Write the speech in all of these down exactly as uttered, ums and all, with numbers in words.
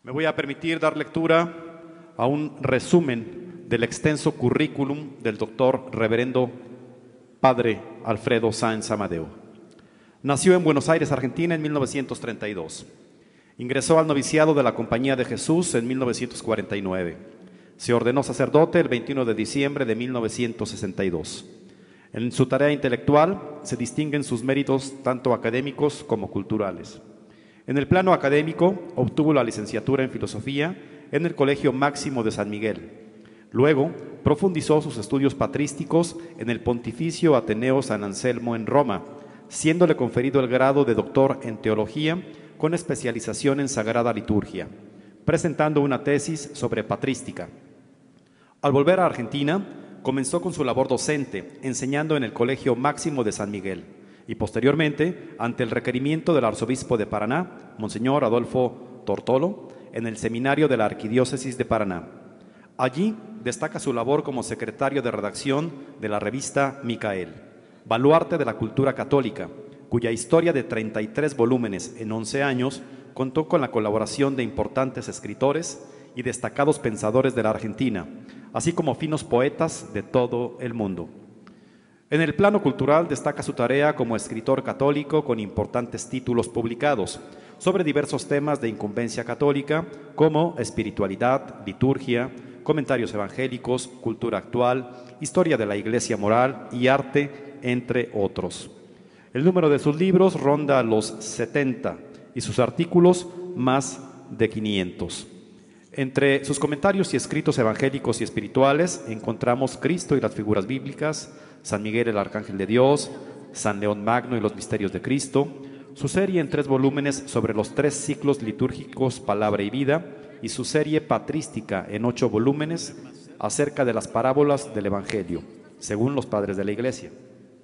Me voy a permitir dar lectura a un resumen del extenso currículum del doctor reverendo Padre Alfredo Sáenz Amadeo. Nació en Buenos Aires, Argentina, en mil novecientos treinta y dos. Ingresó al noviciado de la Compañía de Jesús en mil novecientos cuarenta y nueve. Se ordenó sacerdote el veintiuno de diciembre de mil novecientos sesenta y dos. En su tarea intelectual se distinguen sus méritos tanto académicos como culturales. En el plano académico obtuvo la licenciatura en Filosofía en el Colegio Máximo de San Miguel. Luego profundizó sus estudios patrísticos en el Pontificio Ateneo San Anselmo en Roma, siéndole conferido el grado de doctor en Teología con especialización en Sagrada Liturgia, presentando una tesis sobre patrística. Al volver a Argentina, comenzó con su labor docente, enseñando en el Colegio Máximo de San Miguel, y posteriormente, ante el requerimiento del arzobispo de Paraná, Monseñor Adolfo Tortolo, en el seminario de la Arquidiócesis de Paraná. Allí destaca su labor como secretario de redacción de la revista Micael, baluarte de la cultura católica, cuya historia de treinta y tres volúmenes en once años contó con la colaboración de importantes escritores y destacados pensadores de la Argentina, así como finos poetas de todo el mundo. En el plano cultural destaca su tarea como escritor católico con importantes títulos publicados sobre diversos temas de incumbencia católica como espiritualidad, liturgia, comentarios evangélicos, cultura actual, historia de la Iglesia moral y arte, entre otros. El número de sus libros ronda los setenta y sus artículos más de quinientos. Entre sus comentarios y escritos evangélicos y espirituales encontramos Cristo y las figuras bíblicas, San Miguel el Arcángel de Dios, San León Magno y los misterios de Cristo, su serie en tres volúmenes sobre los tres ciclos litúrgicos Palabra y Vida y su serie patrística en ocho volúmenes acerca de las parábolas del Evangelio, según los padres de la Iglesia.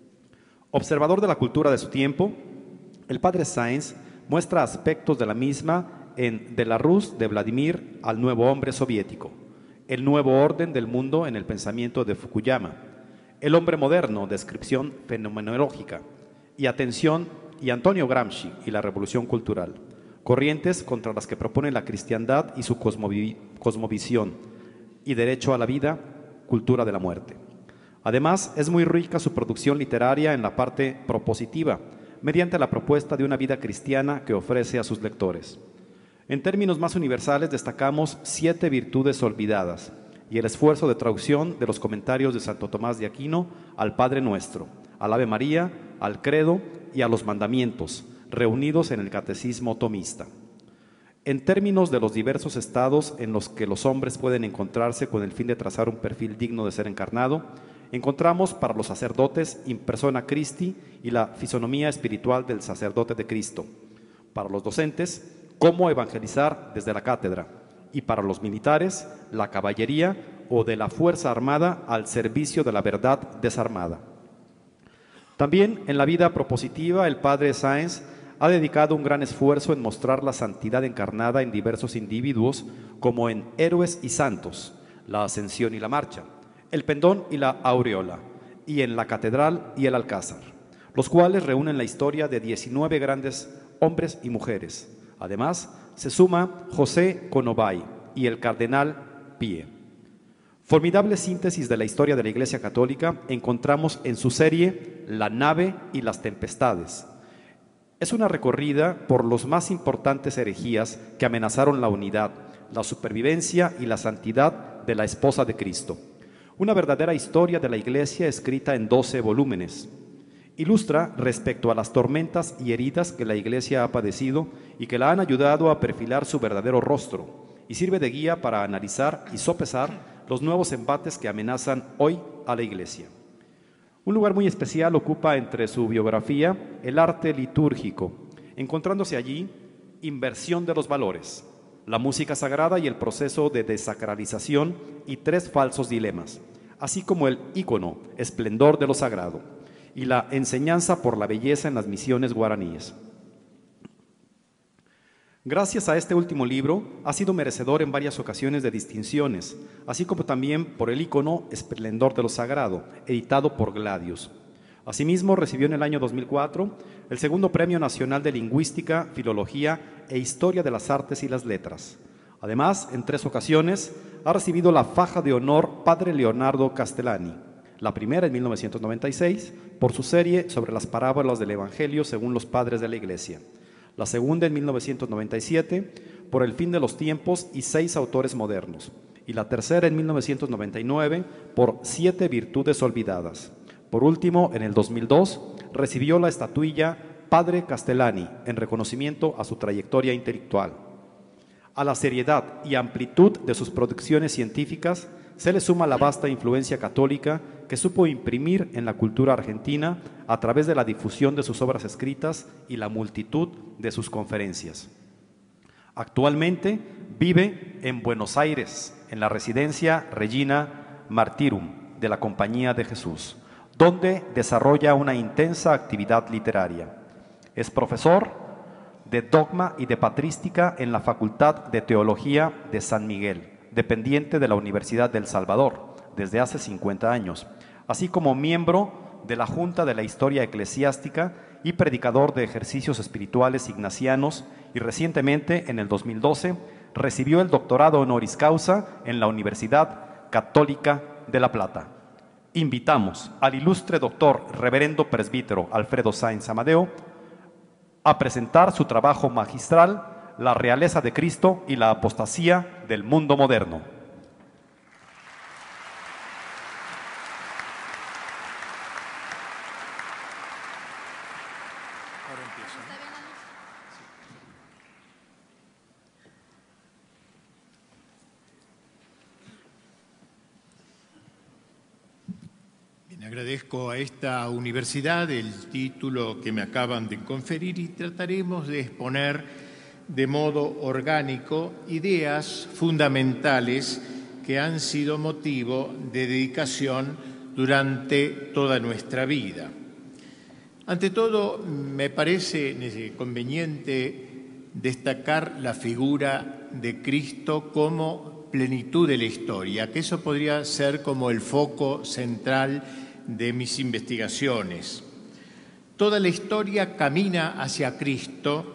Observador de la cultura de su tiempo, el padre Sáenz muestra aspectos de la misma en De la Rus de Vladimir al nuevo hombre soviético, el nuevo orden del mundo en el pensamiento de Fukuyama, el hombre moderno, descripción fenomenológica, y atención y Antonio Gramsci y la revolución cultural, corrientes contra las que propone la cristiandad y su cosmovi cosmovisión, y derecho a la vida, cultura de la muerte. Además, es muy rica su producción literaria en la parte propositiva, mediante la propuesta de una vida cristiana que ofrece a sus lectores. En términos más universales destacamos siete virtudes olvidadas y el esfuerzo de traducción de los comentarios de Santo Tomás de Aquino al Padre Nuestro, al Ave María, al Credo y a los Mandamientos, reunidos en el Catecismo Tomista. En términos de los diversos estados en los que los hombres pueden encontrarse con el fin de trazar un perfil digno de ser encarnado, encontramos para los sacerdotes in persona Christi y la fisonomía espiritual del sacerdote de Cristo, para los docentes, cómo evangelizar desde la cátedra, y para los militares, la caballería o de la fuerza armada al servicio de la verdad desarmada. También en la vida propositiva el padre Sáenz ha dedicado un gran esfuerzo en mostrar la santidad encarnada en diversos individuos, como en Héroes y Santos, la Ascensión y la Marcha, el Pendón y la Aureola, y en la Catedral y el Alcázar, los cuales reúnen la historia de diecinueve grandes hombres y mujeres. Además, se suma José Conovay y el cardenal Pie. Formidable síntesis de la historia de la Iglesia Católica encontramos en su serie La nave y las tempestades. Es una recorrida por los más importantes herejías que amenazaron la unidad, la supervivencia y la santidad de la esposa de Cristo. Una verdadera historia de la Iglesia escrita en doce volúmenes. Ilustra respecto a las tormentas y heridas que la Iglesia ha padecido y que la han ayudado a perfilar su verdadero rostro, y sirve de guía para analizar y sopesar los nuevos embates que amenazan hoy a la Iglesia. Un lugar muy especial ocupa entre su biografía el arte litúrgico, encontrándose allí inversión de los valores, la música sagrada y el proceso de desacralización y tres falsos dilemas, así como el ícono, esplendor de lo sagrado, y la enseñanza por la belleza en las misiones guaraníes. Gracias a este último libro, ha sido merecedor en varias ocasiones de distinciones, así como también por el ícono Esplendor de lo Sagrado, editado por Gladius. Asimismo, recibió en el año dos mil cuatro el segundo Premio Nacional de Lingüística, Filología e Historia de las Artes y las Letras, Además, en tres ocasiones ha recibido la faja de honor Padre Leonardo Castellani, la primera en mil novecientos noventa y seis por su serie sobre las parábolas del Evangelio según los padres de la Iglesia, la segunda en mil novecientos noventa y siete por El fin de los tiempos y seis autores modernos, y la tercera en mil novecientos noventa y nueve por Siete virtudes olvidadas. Por último, en el dos mil dos, recibió la estatuilla Padre Castellani en reconocimiento a su trayectoria intelectual. A la seriedad y amplitud de sus producciones científicas se le suma la vasta influencia católica que supo imprimir en la cultura argentina a través de la difusión de sus obras escritas y la multitud de sus conferencias. Actualmente vive en Buenos Aires, en la residencia Regina Martyrum de la Compañía de Jesús, donde desarrolla una intensa actividad literaria. Es profesor de dogma y de patrística en la Facultad de Teología de San Miguel, dependiente de la Universidad del Salvador, desde hace cincuenta años, así como miembro de la Junta de la Historia Eclesiástica y predicador de ejercicios espirituales ignacianos, y recientemente, en el dos mil doce, recibió el doctorado honoris causa en la Universidad Católica de La Plata. Invitamos al ilustre doctor reverendo presbítero Alfredo Sáenz Amadeo a presentar su trabajo magistral, La realeza de Cristo y la apostasía del mundo moderno. Ahora empiezo. Bien, agradezco a esta universidad el título que me acaban de conferir y trataremos de exponer de modo orgánico ideas fundamentales que han sido motivo de dedicación durante toda nuestra vida. Ante todo, me parece conveniente destacar la figura de Cristo como plenitud de la historia, que eso podría ser como el foco central de mis investigaciones. Toda la historia camina hacia Cristo,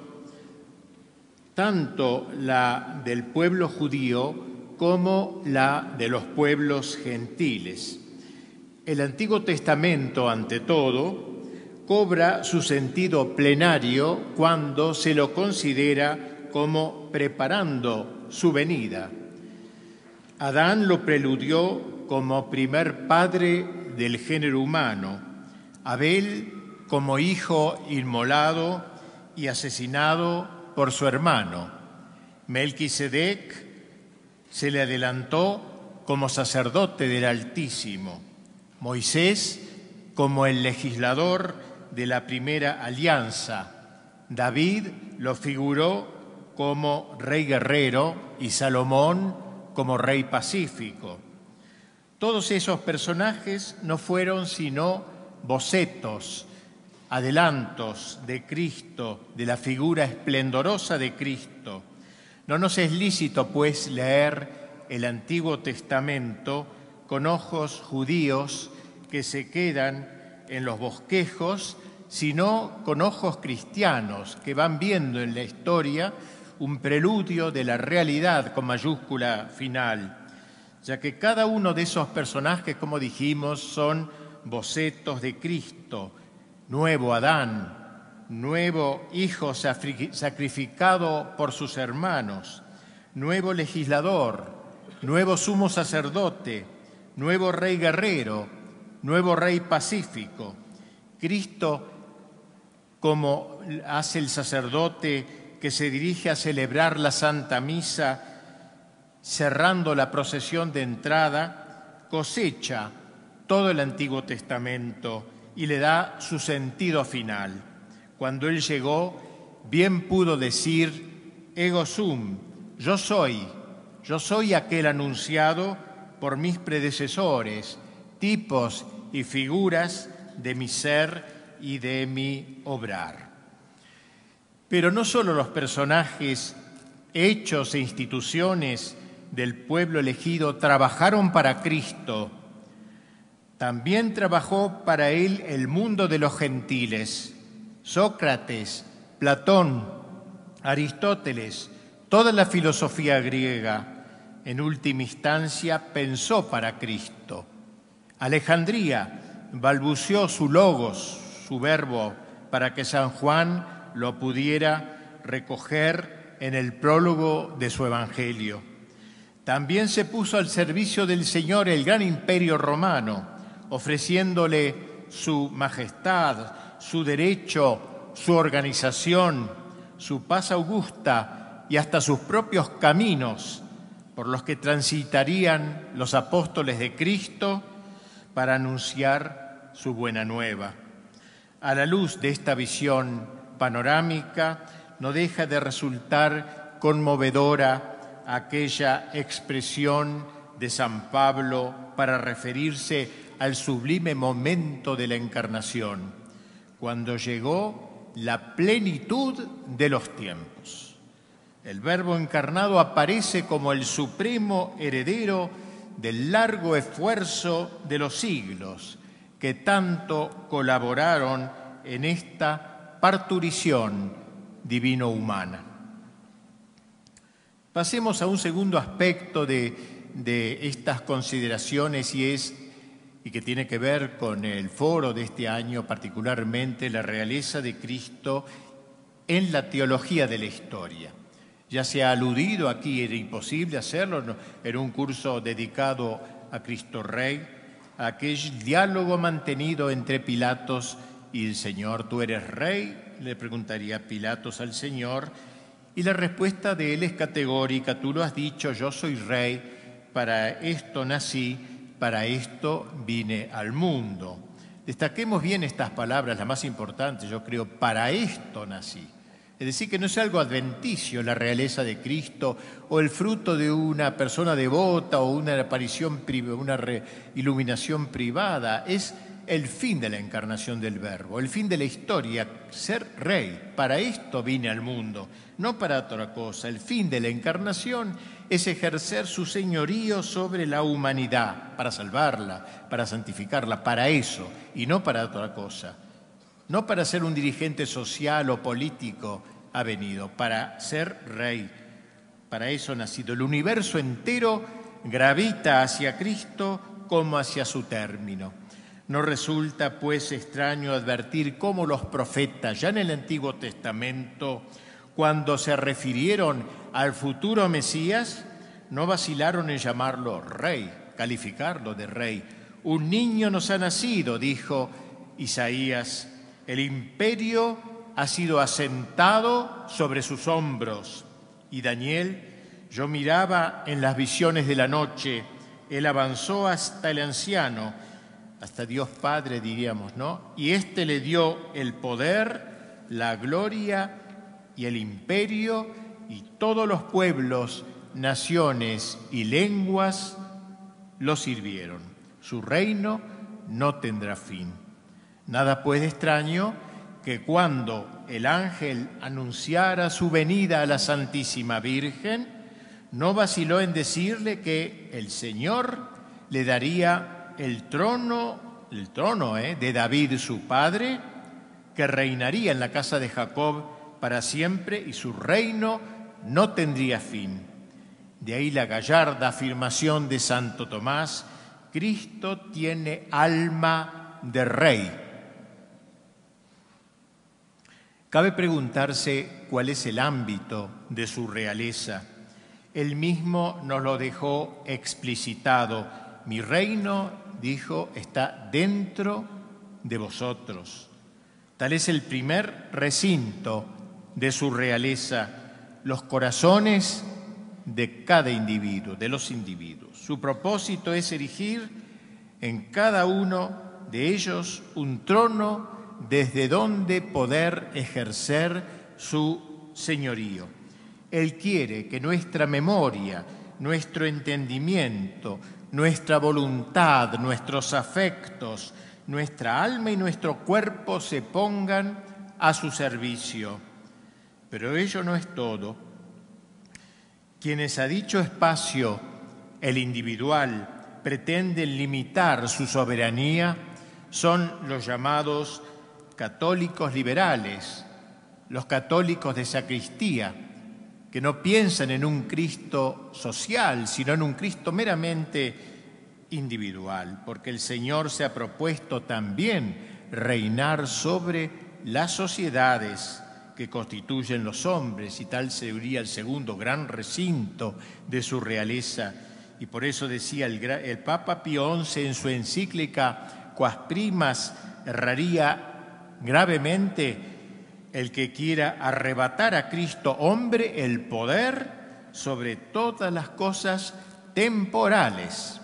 tanto la del pueblo judío como la de los pueblos gentiles. El Antiguo Testamento, ante todo, cobra su sentido plenario cuando se lo considera como preparando su venida. Adán lo preludió como primer padre del género humano, Abel como hijo inmolado y asesinado por su hermano. Melquisedec se le adelantó como sacerdote del Altísimo, Moisés como el legislador de la primera alianza, David lo figuró como rey guerrero y Salomón como rey pacífico. Todos esos personajes no fueron sino bocetos, adelantos de Cristo, de la figura esplendorosa de Cristo. No nos es lícito, pues, leer el Antiguo Testamento con ojos judíos que se quedan en los bosquejos, sino con ojos cristianos que van viendo en la historia un preludio de la realidad con mayúscula final, ya que cada uno de esos personajes, como dijimos, son bocetos de Cristo, nuevo Adán, nuevo hijo sacrificado por sus hermanos, nuevo legislador, nuevo sumo sacerdote, nuevo rey guerrero, nuevo rey pacífico. Cristo, como hace el sacerdote que se dirige a celebrar la Santa Misa, cerrando la procesión de entrada, cosecha todo el Antiguo Testamento y le da su sentido final. Cuando Él llegó, bien pudo decir, ego sum, yo soy, yo soy aquel anunciado por mis predecesores, tipos y figuras de mi ser y de mi obrar. Pero no solo los personajes, hechos e instituciones del pueblo elegido trabajaron para Cristo, también trabajó para él el mundo de los gentiles. Sócrates, Platón, Aristóteles, Toda la filosofía griega, en última instancia, pensó para Cristo. Alejandría balbuceó su logos, su verbo, para que San Juan lo pudiera recoger en el prólogo de su Evangelio. También se puso al servicio del Señor el gran imperio romano, ofreciéndole su majestad, su derecho, su organización, su paz augusta y hasta sus propios caminos por los que transitarían los apóstoles de Cristo para anunciar su buena nueva. A la luz de esta visión panorámica, no deja de resultar conmovedora aquella expresión de San Pablo para referirse al sublime momento de la Encarnación, cuando llegó la plenitud de los tiempos. El Verbo encarnado aparece como el supremo heredero del largo esfuerzo de los siglos que tanto colaboraron en esta parturición divino-humana. Pasemos a un segundo aspecto de, de estas consideraciones y es y que tiene que ver con el foro de este año, particularmente la realeza de Cristo en la teología de la historia. Ya se ha aludido aquí, era imposible hacerlo, ¿no? Era un curso dedicado a Cristo Rey, a aquel diálogo mantenido entre Pilatos y el Señor. ¿Tú eres rey?, le preguntaría Pilatos al Señor, y la respuesta de él es categórica: tú lo has dicho, yo soy rey, para esto nací, para esto vine al mundo. Destaquemos bien estas palabras, las más importantes, yo creo, para esto nací. Es decir, que no es algo adventicio la realeza de Cristo o el fruto de una persona devota o una aparición, una iluminación privada. Es el fin de la encarnación del Verbo, el fin de la historia, ser rey. Para esto vine al mundo, no para otra cosa. El fin de la encarnación es ejercer su señorío sobre la humanidad, para salvarla, para santificarla, para eso, y no para otra cosa. No para ser un dirigente social o político ha venido, para ser rey. Para eso ha nacido. El universo entero gravita hacia Cristo como hacia su término. No resulta, pues, extraño advertir cómo los profetas, ya en el Antiguo Testamento, cuando se refirieron al futuro Mesías, no vacilaron en llamarlo rey, calificarlo de rey. Un niño nos ha nacido, dijo Isaías. El imperio ha sido asentado sobre sus hombros. Y Daniel, yo miraba en las visiones de la noche, él avanzó hasta el anciano, hasta Dios Padre, diríamos, ¿no? Y éste le dio el poder, la gloria y el imperio, y todos los pueblos, naciones y lenguas lo sirvieron. Su reino no tendrá fin. Nada pues de extraño que cuando el ángel anunciara su venida a la Santísima Virgen, no vaciló en decirle que el Señor le daría el trono, el trono ¿eh? de David su padre, que reinaría en la casa de Jacob para siempre y su reino no tendría fin. De ahí la gallarda afirmación de Santo Tomás: Cristo tiene alma de rey. Cabe preguntarse cuál es el ámbito de su realeza. Él mismo nos lo dejó explicitado. Mi reino, dijo, está dentro de vosotros. Tal es el primer recinto de su realeza, los corazones de cada individuo, de los individuos. Su propósito es erigir en cada uno de ellos un trono desde donde poder ejercer su señorío. Él quiere que nuestra memoria, nuestro entendimiento, nuestra voluntad, nuestros afectos, nuestra alma y nuestro cuerpo se pongan a su servicio. Pero ello no es todo. Quienes a dicho espacio, el individual, pretenden limitar su soberanía son los llamados católicos liberales, los católicos de sacristía, que no piensan en un Cristo social, sino en un Cristo meramente individual, porque el Señor se ha propuesto también reinar sobre las sociedades que constituyen los hombres, y tal sería el segundo gran recinto de su realeza. Y por eso decía el, el Papa Pío once en su encíclica Quas Primas, erraría gravemente el que quiera arrebatar a Cristo hombre el poder sobre todas las cosas temporales.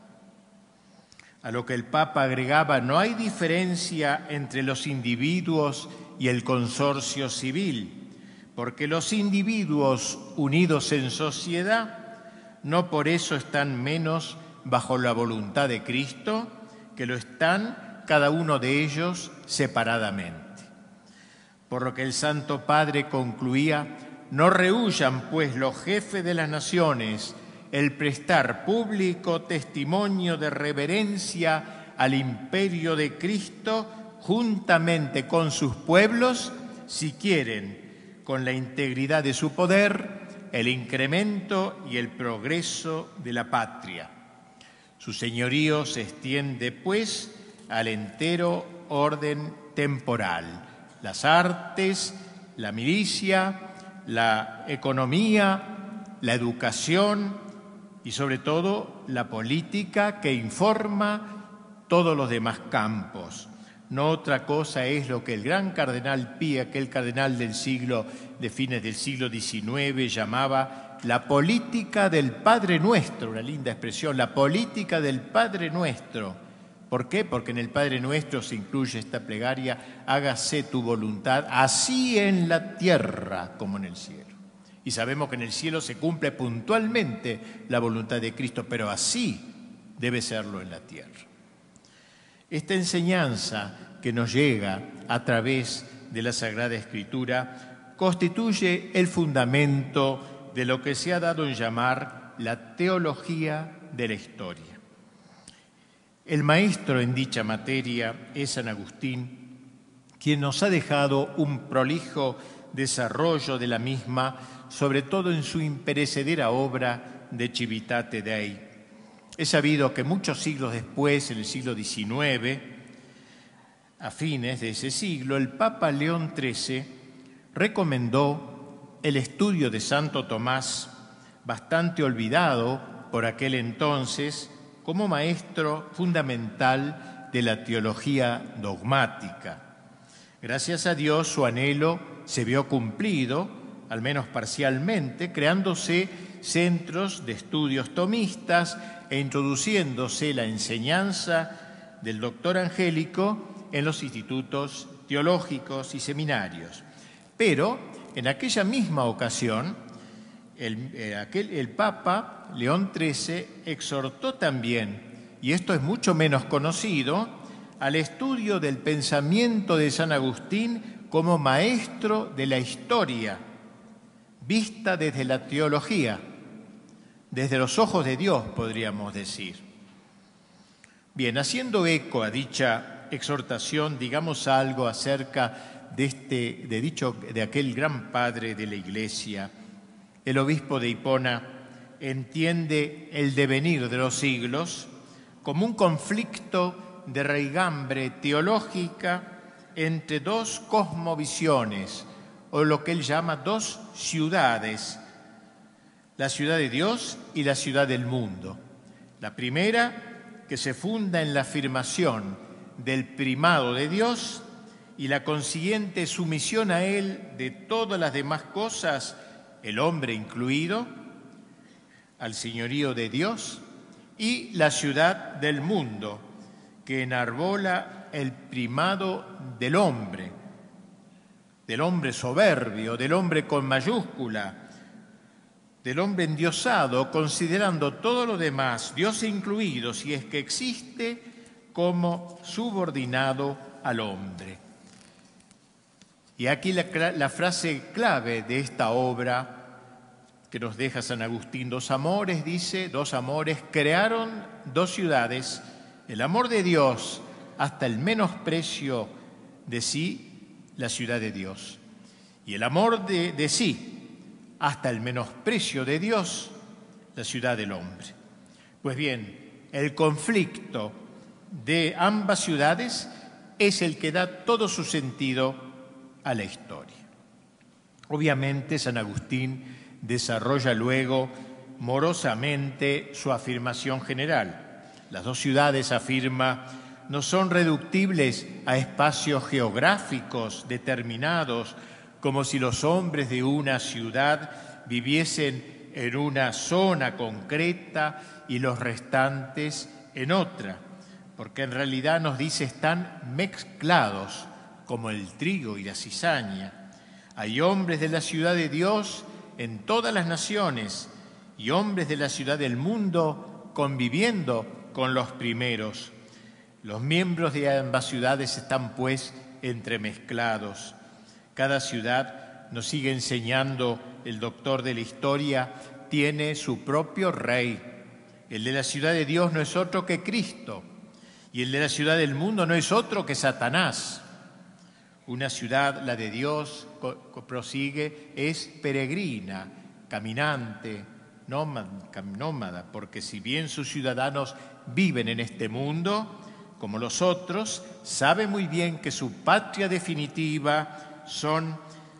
A lo que el Papa agregaba: no hay diferencia entre los individuos y el consorcio civil, porque los individuos unidos en sociedad no por eso están menos bajo la voluntad de Cristo que lo están cada uno de ellos separadamente. Por lo que el Santo Padre concluía: no rehuyan pues los jefes de las naciones el prestar público testimonio de reverencia al imperio de Cristo juntamente con sus pueblos, si quieren, con la integridad de su poder, el incremento y el progreso de la patria. Su señorío se extiende, pues, al entero orden temporal: las artes, la milicia, la economía, la educación y, sobre todo, la política, que informa todos los demás campos. No otra cosa es lo que el gran cardenal Pío, aquel cardenal del siglo, de fines del siglo diecinueve, llamaba la política del Padre Nuestro, una linda expresión, la política del Padre Nuestro. ¿Por qué? Porque en el Padre Nuestro se incluye esta plegaria: hágase tu voluntad, así en la tierra como en el cielo. Y sabemos que en el cielo se cumple puntualmente la voluntad de Cristo, pero así debe serlo en la tierra. Esta enseñanza que nos llega a través de la Sagrada Escritura constituye el fundamento de lo que se ha dado en llamar la teología de la historia. El maestro en dicha materia es San Agustín, quien nos ha dejado un prolijo desarrollo de la misma, sobre todo en su imperecedera obra de Civitate Dei. Es sabido que muchos siglos después, en el siglo diecinueve, a fines de ese siglo, el Papa León trece recomendó el estudio de Santo Tomás, bastante olvidado por aquel entonces, como maestro fundamental de la teología dogmática. Gracias a Dios, su anhelo se vio cumplido, al menos parcialmente, creándose centros de estudios tomistas e introduciéndose la enseñanza del doctor angélico en los institutos teológicos y seminarios. Pero en aquella misma ocasión, el, eh, aquel, el Papa León trece exhortó también, y esto es mucho menos conocido, al estudio del pensamiento de San Agustín como maestro de la historia, vista desde la teología, desde los ojos de Dios, podríamos decir. Bien, haciendo eco a dicha exhortación, digamos algo acerca de, este, de, dicho, de aquel gran padre de la Iglesia. El obispo de Hipona entiende el devenir de los siglos como un conflicto de raigambre teológica entre dos cosmovisiones, o lo que él llama dos ciudades, la ciudad de Dios y la ciudad del mundo. La primera, que se funda en la afirmación del primado de Dios y la consiguiente sumisión a Él de todas las demás cosas, el hombre incluido, al señorío de Dios, y la ciudad del mundo, que enarbola el primado del hombre, del hombre soberbio, del hombre con mayúscula, del hombre endiosado, considerando todo lo demás, Dios incluido, si es que existe, como subordinado al hombre. Y aquí la, la frase clave de esta obra que nos deja San Agustín: dos amores, dice, dos amores crearon dos ciudades, el amor de Dios hasta el menosprecio de sí, la ciudad de Dios, y el amor de, de sí hasta el menosprecio de Dios, la ciudad del hombre. Pues bien, el conflicto de ambas ciudades es el que da todo su sentido a la historia. Obviamente, San Agustín desarrolla luego morosamente su afirmación general. Las dos ciudades, afirma, no son reductibles a espacios geográficos determinados, como si los hombres de una ciudad viviesen en una zona concreta y los restantes en otra, porque en realidad nos dice están mezclados como el trigo y la cizaña. Hay hombres de la ciudad de Dios en todas las naciones y hombres de la ciudad del mundo conviviendo con los primeros. Los miembros de ambas ciudades están pues entremezclados. Cada ciudad, nos sigue enseñando el doctor de la historia, tiene su propio rey. El de la ciudad de Dios no es otro que Cristo, y el de la ciudad del mundo no es otro que Satanás. Una ciudad, la de Dios, prosigue, es peregrina, caminante, nómada, porque si bien sus ciudadanos viven en este mundo, como los otros, sabe muy bien que su patria definitiva son,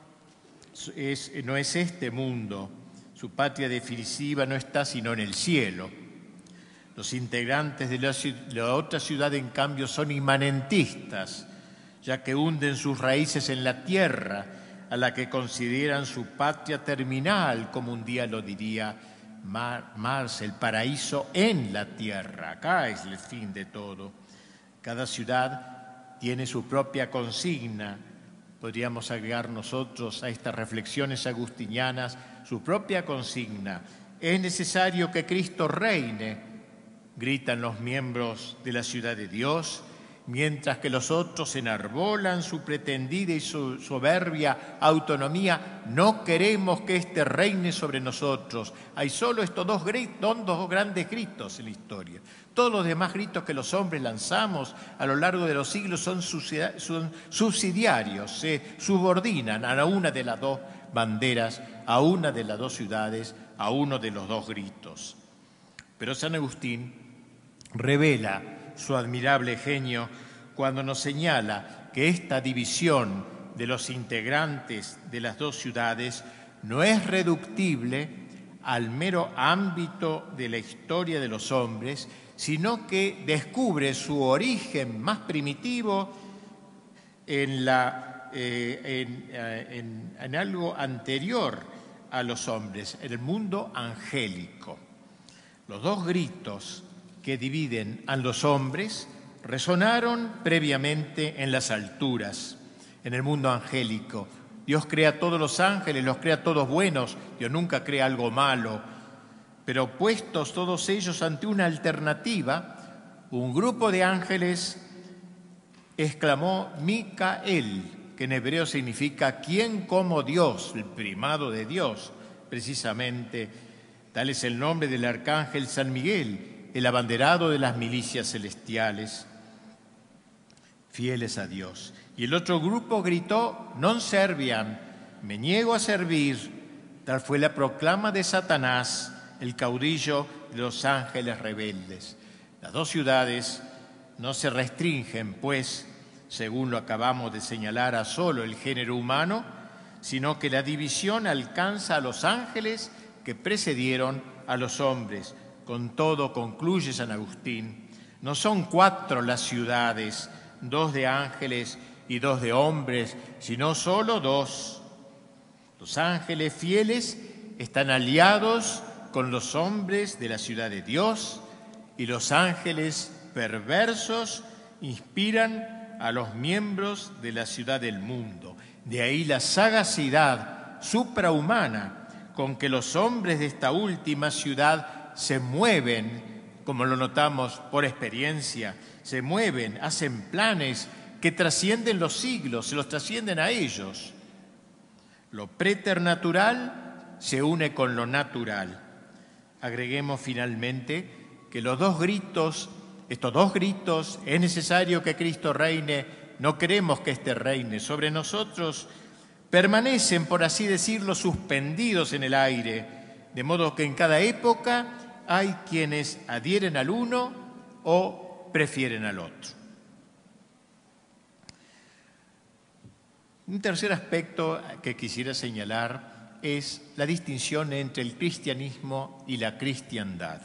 es, no es este mundo. Su patria definitiva no está sino en el cielo. Los integrantes de la, la otra ciudad, en cambio, son inmanentistas, ya que hunden sus raíces en la tierra, a la que consideran su patria terminal, como un día lo diría Marx, el paraíso en la tierra. Acá es el fin de todo. Cada ciudad tiene su propia consigna. Podríamos agregar nosotros a estas reflexiones agustinianas su propia consigna. Es necesario que Cristo reine, gritan los miembros de la ciudad de Dios, mientras que los otros enarbolan su pretendida y su soberbia autonomía. No queremos que éste reine sobre nosotros. Hay solo estos dos, gritos, dos grandes gritos en la historia. Todos los demás gritos que los hombres lanzamos a lo largo de los siglos son subsidiarios, se subordinan a una de las dos banderas, a una de las dos ciudades, a uno de los dos gritos. Pero San Agustín revela su admirable genio cuando nos señala que esta división de los integrantes de las dos ciudades no es reductible al mero ámbito de la historia de los hombres, sino que descubre su origen más primitivo en, la, eh, en, eh, en, en algo anterior a los hombres, en el mundo angélico. Los dos gritos que dividen a los hombres resonaron previamente en las alturas, en el mundo angélico. Dios crea a todos los ángeles, los crea a todos buenos, Dios nunca crea algo malo. Pero puestos todos ellos ante una alternativa, un grupo de ángeles exclamó Micael, que en hebreo significa ¿quién como Dios?, el primado de Dios, precisamente. Tal es el nombre del arcángel San Miguel, el abanderado de las milicias celestiales, fieles a Dios. Y el otro grupo gritó, non serviam, me niego a servir. Tal fue la proclama de Satanás, el caudillo de los ángeles rebeldes. Las dos ciudades no se restringen, pues, según lo acabamos de señalar, a solo el género humano, sino que la división alcanza a los ángeles que precedieron a los hombres. Con todo, concluye San Agustín, no son cuatro las ciudades, dos de ángeles y dos de hombres, sino solo dos. Los ángeles fieles están aliados con los hombres de la ciudad de Dios y los ángeles perversos inspiran a los miembros de la ciudad del mundo. De ahí la sagacidad suprahumana con que los hombres de esta última ciudad se mueven, como lo notamos por experiencia, se mueven, hacen planes que trascienden los siglos, se los trascienden a ellos. Lo preternatural se une con lo natural. Agreguemos finalmente que los dos gritos, estos dos gritos, es necesario que Cristo reine, no queremos que éste reine sobre nosotros, permanecen, por así decirlo, suspendidos en el aire, de modo que en cada época hay quienes adhieren al uno o prefieren al otro. Un tercer aspecto que quisiera señalar es la distinción entre el cristianismo y la cristiandad.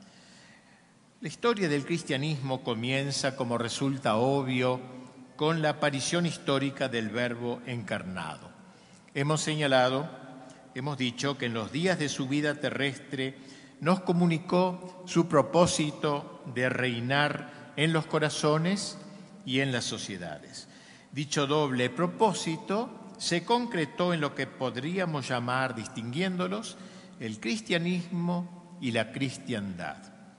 La historia del cristianismo comienza, como resulta obvio, con la aparición histórica del Verbo encarnado. Hemos señalado, hemos dicho que en los días de su vida terrestre nos comunicó su propósito de reinar en los corazones y en las sociedades. Dicho doble propósito se concretó en lo que podríamos llamar, distinguiéndolos, el cristianismo y la cristiandad.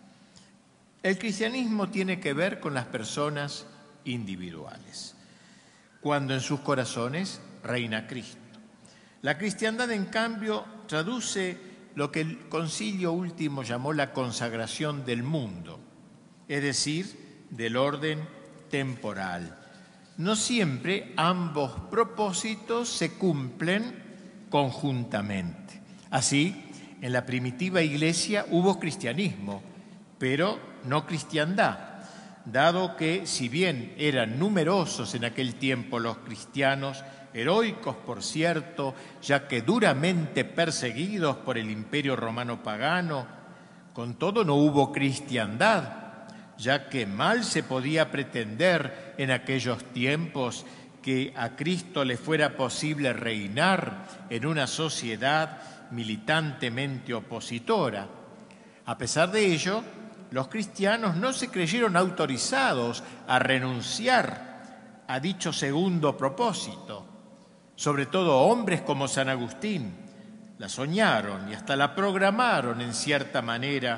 El cristianismo tiene que ver con las personas individuales, cuando en sus corazones reina Cristo. La cristiandad, en cambio, traduce lo que el concilio último llamó la consagración del mundo, es decir, del orden temporal. No siempre ambos propósitos se cumplen conjuntamente. Así, en la primitiva iglesia hubo cristianismo, pero no cristiandad, dado que, si bien eran numerosos en aquel tiempo los cristianos, heroicos por cierto, ya que duramente perseguidos por el imperio romano pagano, con todo no hubo cristiandad, ya que mal se podía pretender en aquellos tiempos que a Cristo le fuera posible reinar en una sociedad militantemente opositora. A pesar de ello, los cristianos no se creyeron autorizados a renunciar a dicho segundo propósito. Sobre todo hombres como San Agustín la soñaron y hasta la programaron en cierta manera,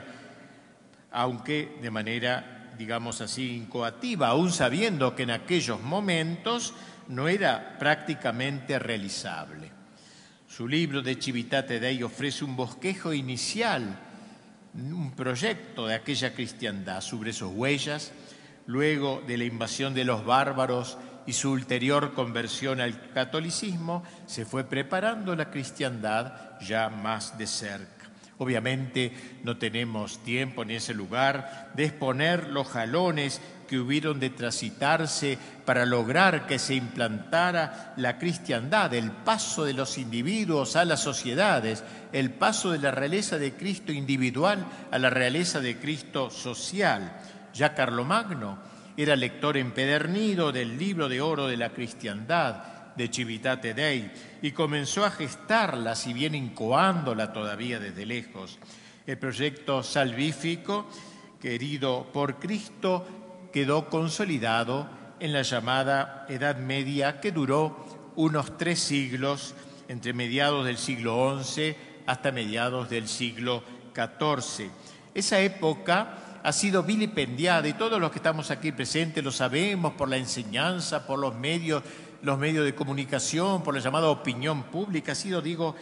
aunque de manera, digamos así, incoativa, aún sabiendo que en aquellos momentos no era prácticamente realizable. Su libro De Civitate Dei ofrece un bosquejo inicial, un proyecto de aquella cristiandad sobre sus huellas, luego de la invasión de los bárbaros y su ulterior conversión al catolicismo, se fue preparando la cristiandad ya más de cerca. Obviamente no tenemos tiempo ni ese lugar de exponer los jalones que hubieron de transitarse para lograr que se implantara la cristiandad, el paso de los individuos a las sociedades, el paso de la realeza de Cristo individual a la realeza de Cristo social. Ya Carlomagno era lector empedernido del libro de oro de la cristiandad, De Civitate Dei, y comenzó a gestarla, si bien incoándola todavía desde lejos. El proyecto salvífico, querido por Cristo, quedó consolidado en la llamada Edad Media, que duró unos tres siglos, entre mediados del siglo once hasta mediados del siglo catorce. Esa época ha sido vilipendiada, y todos los que estamos aquí presentes lo sabemos por la enseñanza, por los medios, los medios de comunicación, por la llamada opinión pública, ha sido, digo,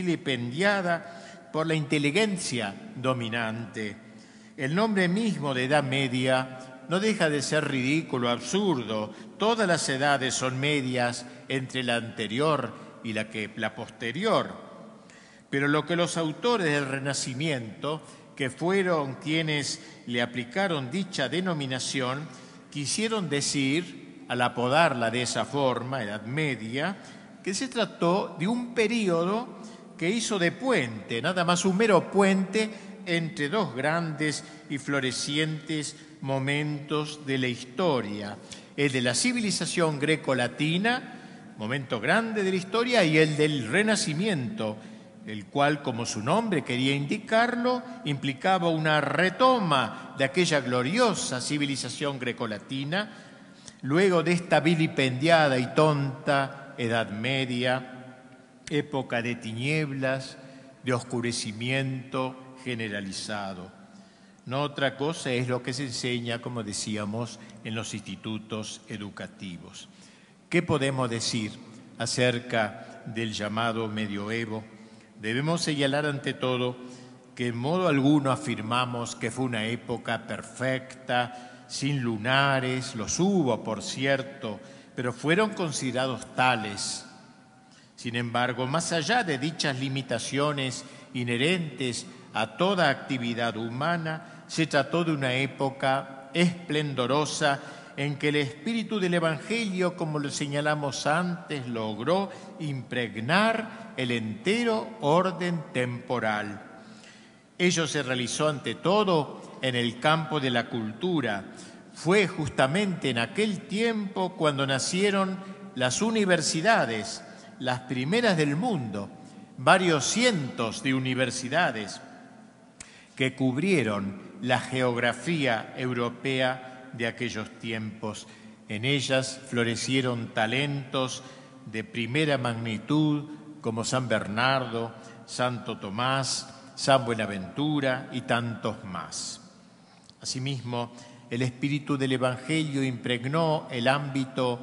vilipendiada por la inteligencia dominante. El nombre mismo de Edad Media no deja de ser ridículo, absurdo. Todas las edades son medias entre la anterior y la, que, la posterior. Pero lo que los autores del Renacimiento, que fueron quienes le aplicaron dicha denominación, quisieron decir, al apodarla de esa forma, Edad Media, que se trató de un período que hizo de puente, nada más un mero puente entre dos grandes y florecientes momentos de la historia, el de la civilización greco-latina, momento grande de la historia, y el del Renacimiento, el cual, como su nombre quería indicarlo, implicaba una retoma de aquella gloriosa civilización grecolatina, luego de esta vilipendiada y tonta Edad Media, época de tinieblas, de oscurecimiento generalizado. No otra cosa es lo que se enseña, como decíamos, en los institutos educativos. ¿Qué podemos decir acerca del llamado medioevo? Debemos señalar ante todo que en modo alguno afirmamos que fue una época perfecta, sin lunares, los hubo, por cierto, pero fueron considerados tales. Sin embargo, más allá de dichas limitaciones inherentes a toda actividad humana, se trató de una época esplendorosa en que el espíritu del Evangelio, como lo señalamos antes, logró impregnar el entero orden temporal. Ello se realizó ante todo en el campo de la cultura. Fue justamente en aquel tiempo cuando nacieron las universidades, las primeras del mundo, varios cientos de universidades que cubrieron la geografía europea de aquellos tiempos. En ellas florecieron talentos de primera magnitud como San Bernardo, Santo Tomás, San Buenaventura y tantos más. Asimismo, el espíritu del Evangelio impregnó el ámbito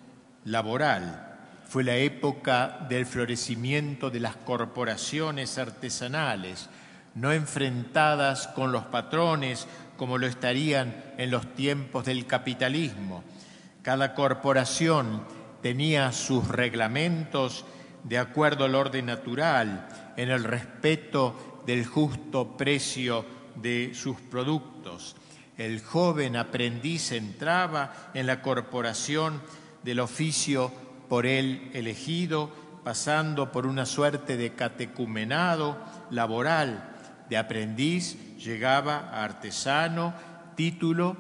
laboral. Fue la época del florecimiento de las corporaciones artesanales, no enfrentadas con los patrones como lo estarían en los tiempos del capitalismo. Cada corporación tenía sus reglamentos de acuerdo al orden natural, en el respeto del justo precio de sus productos. El joven aprendiz entraba en la corporación del oficio por él elegido, pasando por una suerte de catecumenado laboral. De aprendiz llegaba a artesano, título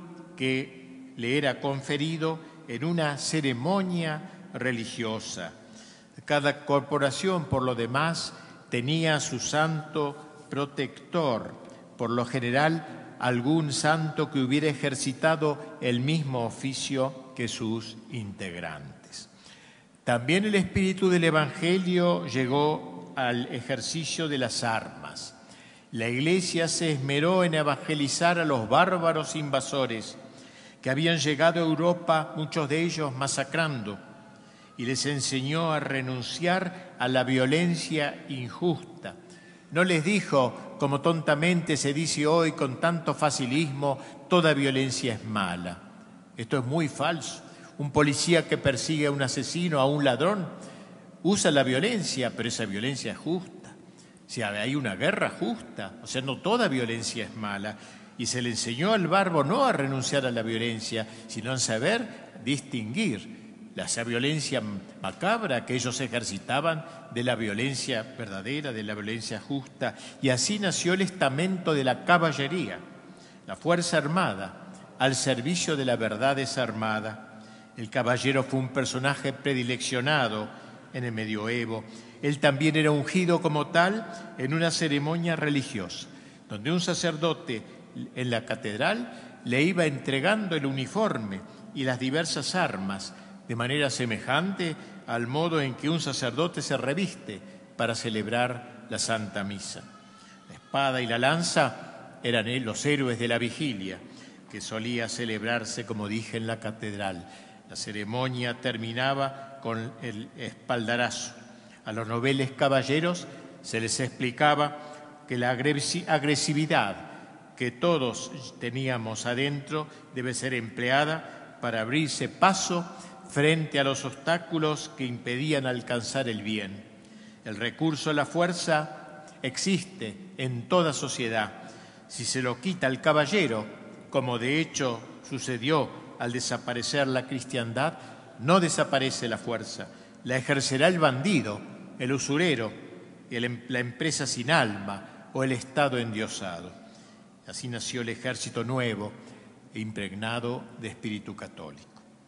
que le era conferido en una ceremonia religiosa. Cada corporación, por lo demás, tenía su santo protector, por lo general algún santo que hubiera ejercitado el mismo oficio que sus integrantes. También el espíritu del Evangelio llegó al ejercicio de las armas. La Iglesia se esmeró en evangelizar a los bárbaros invasores que habían llegado a Europa, muchos de ellos masacrando, y les enseñó a renunciar a la violencia injusta. No les dijo, como tontamente se dice hoy con tanto facilismo, toda violencia es mala. Esto es muy falso. Un policía que persigue a un asesino, a un ladrón, usa la violencia, pero esa violencia es justa. Si hay una guerra justa, o sea, no toda violencia es mala. Y se le enseñó al bárbaro no a renunciar a la violencia, sino a saber distinguir esa violencia macabra que ellos ejercitaban de la violencia verdadera, de la violencia justa. Y así nació el estamento de la caballería, la fuerza armada, al servicio de la verdad desarmada. El caballero fue un personaje predileccionado en el medioevo. Él también era ungido como tal en una ceremonia religiosa, donde un sacerdote en la catedral le iba entregando el uniforme y las diversas armas, de manera semejante al modo en que un sacerdote se reviste para celebrar la Santa Misa. La espada y la lanza eran los héroes de la vigilia, que solía celebrarse, como dije, en la catedral. La ceremonia terminaba con el espaldarazo. A los nobles caballeros se les explicaba que la agresividad que todos teníamos adentro debe ser empleada para abrirse paso frente a los obstáculos que impedían alcanzar el bien. El recurso a la fuerza existe en toda sociedad. Si se lo quita al caballero, como de hecho sucedió al desaparecer la cristiandad, no desaparece la fuerza, la ejercerá el bandido, el usurero, el, la empresa sin alma o el Estado endiosado. Así nació el ejército nuevo, impregnado de espíritu católico.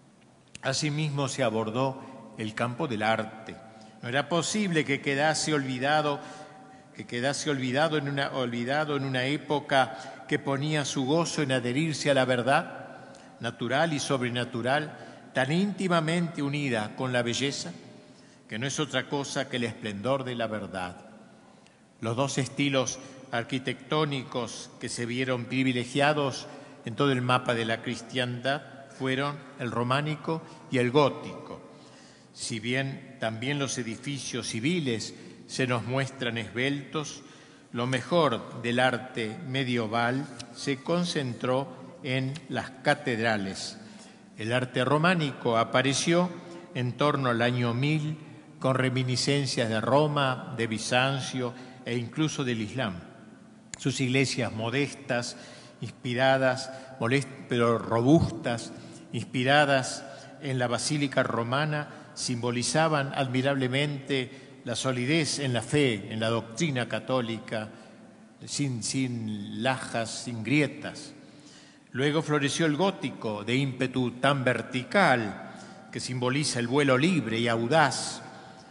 Asimismo se abordó el campo del arte. No era posible que quedase olvidado, que quedase olvidado en una, olvidado en una época que ponía su gozo en adherirse a la verdad natural y sobrenatural, tan íntimamente unida con la belleza, que no es otra cosa que el esplendor de la verdad. Los dos estilos arquitectónicos que se vieron privilegiados en todo el mapa de la cristiandad fueron el románico y el gótico. Si bien también los edificios civiles se nos muestran esbeltos, lo mejor del arte medieval se concentró en las catedrales. El arte románico apareció en torno al año mil con reminiscencias de Roma, de Bizancio e incluso del Islam. Sus iglesias modestas, inspiradas, pero robustas, inspiradas en la Basílica Romana, simbolizaban admirablemente la solidez en la fe, en la doctrina católica, sin, sin lajas, sin grietas. Luego floreció el gótico, de ímpetu tan vertical, que simboliza el vuelo libre y audaz,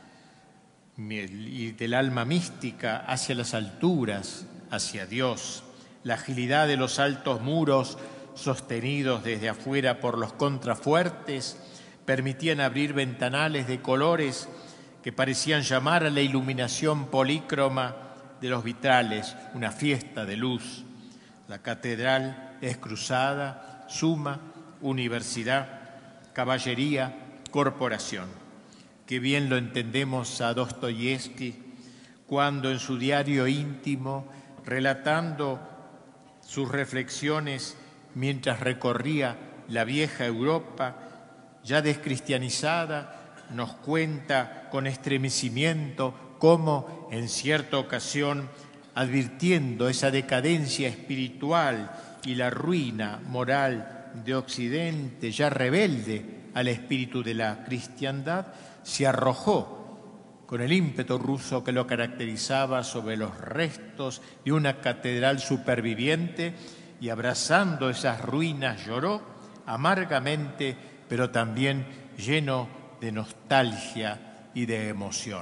y del alma mística hacia las alturas, hacia Dios. La agilidad de los altos muros, sostenidos desde afuera por los contrafuertes, permitían abrir ventanales de colores que parecían llamar a la iluminación polícroma de los vitrales, una fiesta de luz. La catedral es cruzada, suma, universidad, caballería, corporación. Qué bien lo entendemos a Dostoyevsky cuando en su diario íntimo, relatando sus reflexiones mientras recorría la vieja Europa, ya descristianizada, nos cuenta con estremecimiento cómo en cierta ocasión, advirtiendo esa decadencia espiritual y la ruina moral de Occidente, ya rebelde al espíritu de la cristiandad, se arrojó con el ímpetu ruso que lo caracterizaba sobre los restos de una catedral superviviente y abrazando esas ruinas lloró amargamente, pero también lleno de nostalgia y de emoción.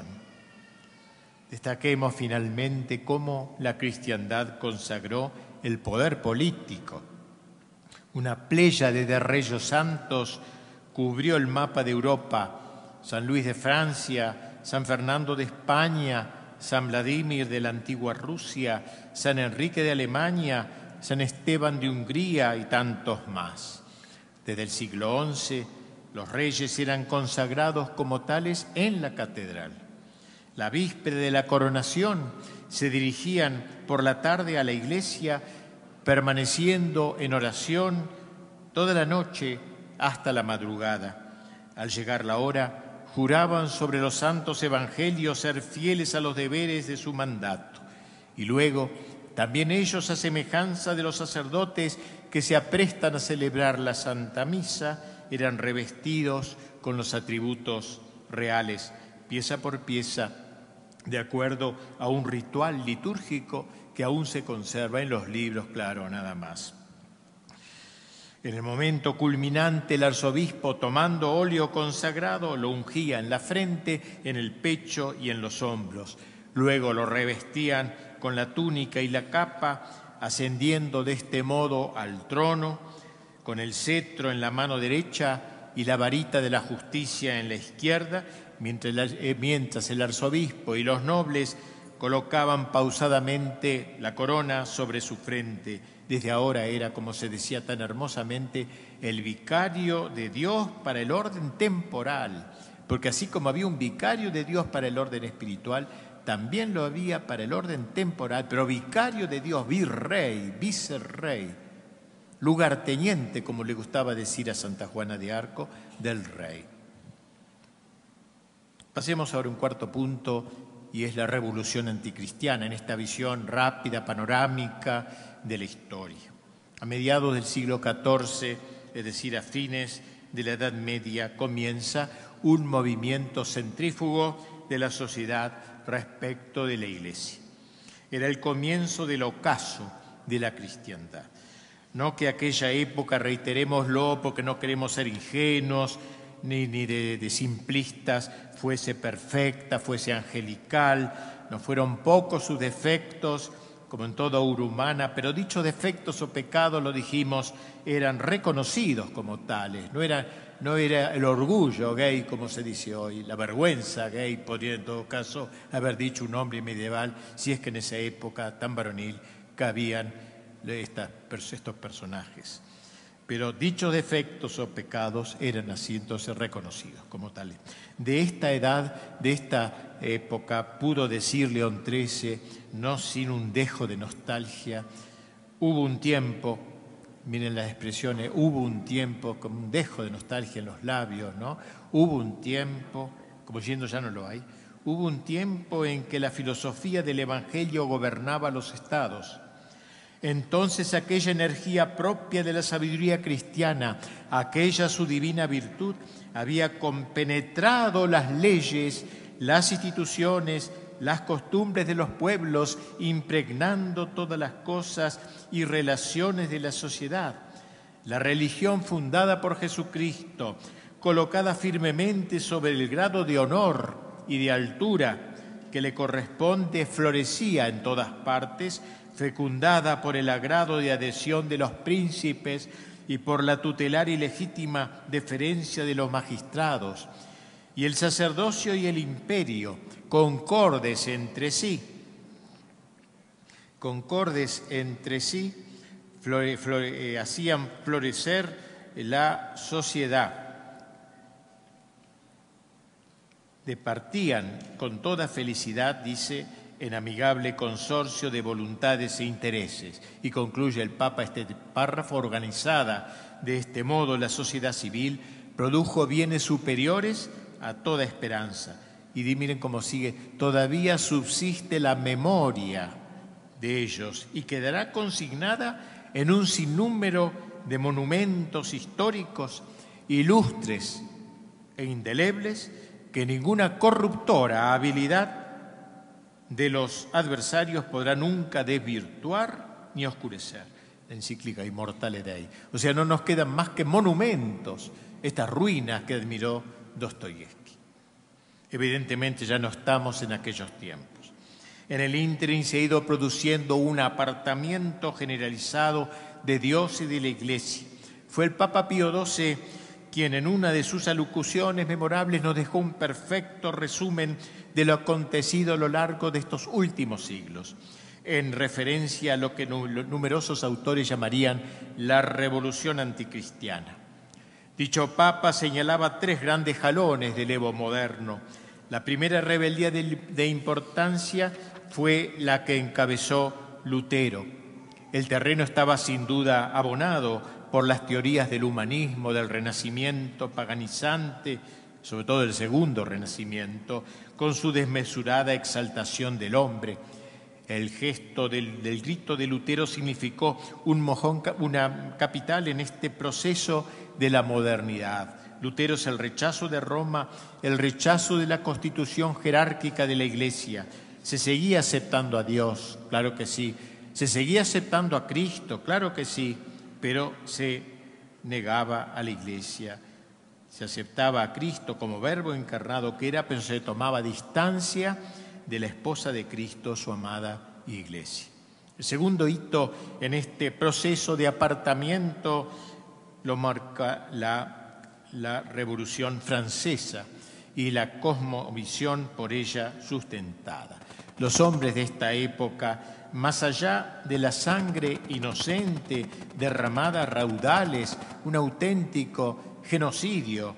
Destaquemos finalmente cómo la cristiandad consagró el poder político. Una pléyade de reyes santos cubrió el mapa de Europa: San Luis de Francia, San Fernando de España, San Vladimir de la antigua Rusia, San Enrique de Alemania, San Esteban de Hungría y tantos más. Desde el siglo once, los reyes eran consagrados como tales en la catedral. La víspera de la coronación se dirigían por la tarde a la iglesia, permaneciendo en oración toda la noche hasta la madrugada. Al llegar la hora, juraban sobre los santos evangelios ser fieles a los deberes de su mandato. Y luego, también ellos, a semejanza de los sacerdotes que se aprestan a celebrar la Santa Misa, eran revestidos con los atributos reales, pieza por pieza, de acuerdo a un ritual litúrgico que aún se conserva en los libros, claro, nada más. En el momento culminante, el arzobispo, tomando óleo consagrado, lo ungía en la frente, en el pecho y en los hombros. Luego lo revestían con la túnica y la capa, ascendiendo de este modo al trono, con el cetro en la mano derecha y la varita de la justicia en la izquierda, mientras, la, eh, mientras el arzobispo y los nobles colocaban pausadamente la corona sobre su frente. Desde ahora era, como se decía tan hermosamente, el vicario de Dios para el orden temporal, porque así como había un vicario de Dios para el orden espiritual, también lo había para el orden temporal, pero vicario de Dios, virrey, vicerrey, lugarteniente, como le gustaba decir a Santa Juana de Arco, del rey. Pasemos ahora a un cuarto punto, y es la revolución anticristiana, en esta visión rápida, panorámica de la historia. A mediados del siglo catorce, es decir, a fines de la Edad Media, comienza un movimiento centrífugo de la sociedad respecto de la Iglesia. Era el comienzo del ocaso de la cristiandad. No que aquella época, reiterémoslo, porque no queremos ser ingenuos ni, ni de, de simplistas, fuese perfecta, fuese angelical. No fueron pocos sus defectos, como en toda obra humana, pero dichos defectos o pecados, lo dijimos, eran reconocidos como tales. No era, no era el orgullo gay, como se dice hoy, la vergüenza gay, podría en todo caso haber dicho un hombre medieval, si es que en esa época tan varonil cabían estas, estos personajes. Pero dichos defectos o pecados eran así entonces reconocidos como tales. De esta edad, de esta época, pudo decir León trece, no sin un dejo de nostalgia, hubo un tiempo, miren las expresiones, hubo un tiempo, con un dejo de nostalgia en los labios, ¿no? Hubo un tiempo como diciendo ya no lo hay. Hubo un tiempo en que la filosofía del Evangelio gobernaba los estados. Entonces aquella energía propia de la sabiduría cristiana, aquella su divina virtud, había compenetrado las leyes, las instituciones, las costumbres de los pueblos, impregnando todas las cosas y relaciones de la sociedad. La religión fundada por Jesucristo, colocada firmemente sobre el grado de honor y de altura que le corresponde, florecía en todas partes, fecundada por el agrado de adhesión de los príncipes y por la tutelar y legítima deferencia de los magistrados. Y el sacerdocio y el imperio, concordes entre sí, concordes entre sí, flore, flore, eh, hacían florecer la sociedad. Departían con toda felicidad, dice, en amigable consorcio de voluntades e intereses. Y concluye el Papa este párrafo: organizada de este modo la sociedad civil produjo bienes superiores a toda esperanza. Y miren cómo sigue: todavía subsiste la memoria de ellos y quedará consignada en un sinnúmero de monumentos históricos ilustres e indelebles que ninguna corruptora habilidad de los adversarios podrá nunca desvirtuar ni oscurecer. La encíclica Immortale Dei. O sea, no nos quedan más que monumentos, estas ruinas que admiró Dostoyevsky. Evidentemente ya no estamos en aquellos tiempos. En el ínterin se ha ido produciendo un apartamiento generalizado de Dios y de la Iglesia. Fue el Papa Pío doce quien en una de sus alocuciones memorables nos dejó un perfecto resumen de lo acontecido a lo largo de estos últimos siglos, en referencia a lo que numerosos autores llamarían la revolución anticristiana. Dicho Papa señalaba tres grandes jalones del Evo moderno. La primera rebeldía de, de importancia fue la que encabezó Lutero. El terreno estaba sin duda abonado por las teorías del humanismo, del renacimiento paganizante, sobre todo el segundo renacimiento, con su desmesurada exaltación del hombre. El gesto del, del grito de Lutero significó un mojón, una capital en este proceso de la modernidad. Lutero es el rechazo de Roma, el rechazo de la constitución jerárquica de la Iglesia. Se seguía aceptando a Dios, claro que sí. Se seguía aceptando a Cristo, claro que sí, pero se negaba a la Iglesia. Se aceptaba a Cristo como verbo encarnado que era, pero se tomaba distancia de la esposa de Cristo, su amada Iglesia. El segundo hito en este proceso de apartamiento lo marca la, la Revolución Francesa y la cosmovisión por ella sustentada. Los hombres de esta época, más allá de la sangre inocente derramada a raudales, un auténtico genocidio,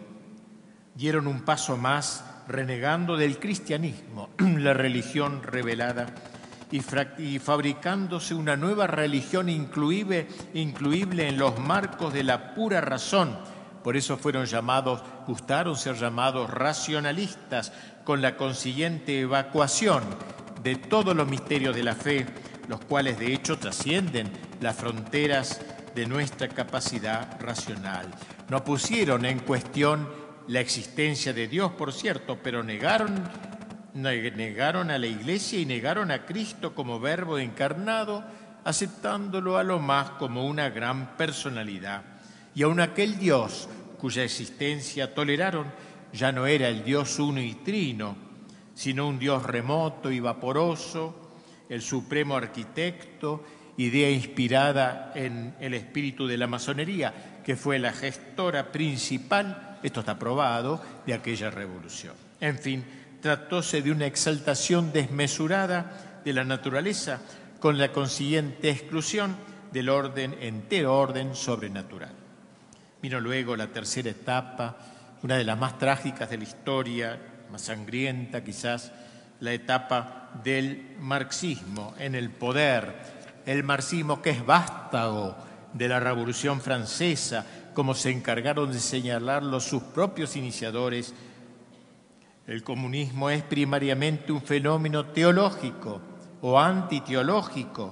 dieron un paso más renegando del cristianismo, la religión revelada, y, y fabricándose una nueva religión incluible, incluible en los marcos de la pura razón. Por eso fueron llamados, gustaron ser llamados racionalistas, con la consiguiente evacuación de todos los misterios de la fe, los cuales de hecho trascienden las fronteras de nuestra capacidad racional. No pusieron en cuestión la existencia de Dios, por cierto, pero negaron, negaron a la Iglesia y negaron a Cristo como verbo encarnado, aceptándolo a lo más como una gran personalidad. Y aun aquel Dios cuya existencia toleraron ya no era el Dios uno y trino, sino un Dios remoto y vaporoso, el supremo arquitecto, idea inspirada en el espíritu de la masonería, que fue la gestora principal, esto está probado, de aquella revolución. En fin, tratóse de una exaltación desmesurada de la naturaleza, con la consiguiente exclusión del orden, entero orden sobrenatural. Vino luego la tercera etapa, una de las más trágicas de la historia, más sangrienta quizás, la etapa del marxismo en el poder, el marxismo que es vástago de la Revolución Francesa, como se encargaron de señalarlo sus propios iniciadores, El comunismo es primariamente un fenómeno teológico o antiteológico.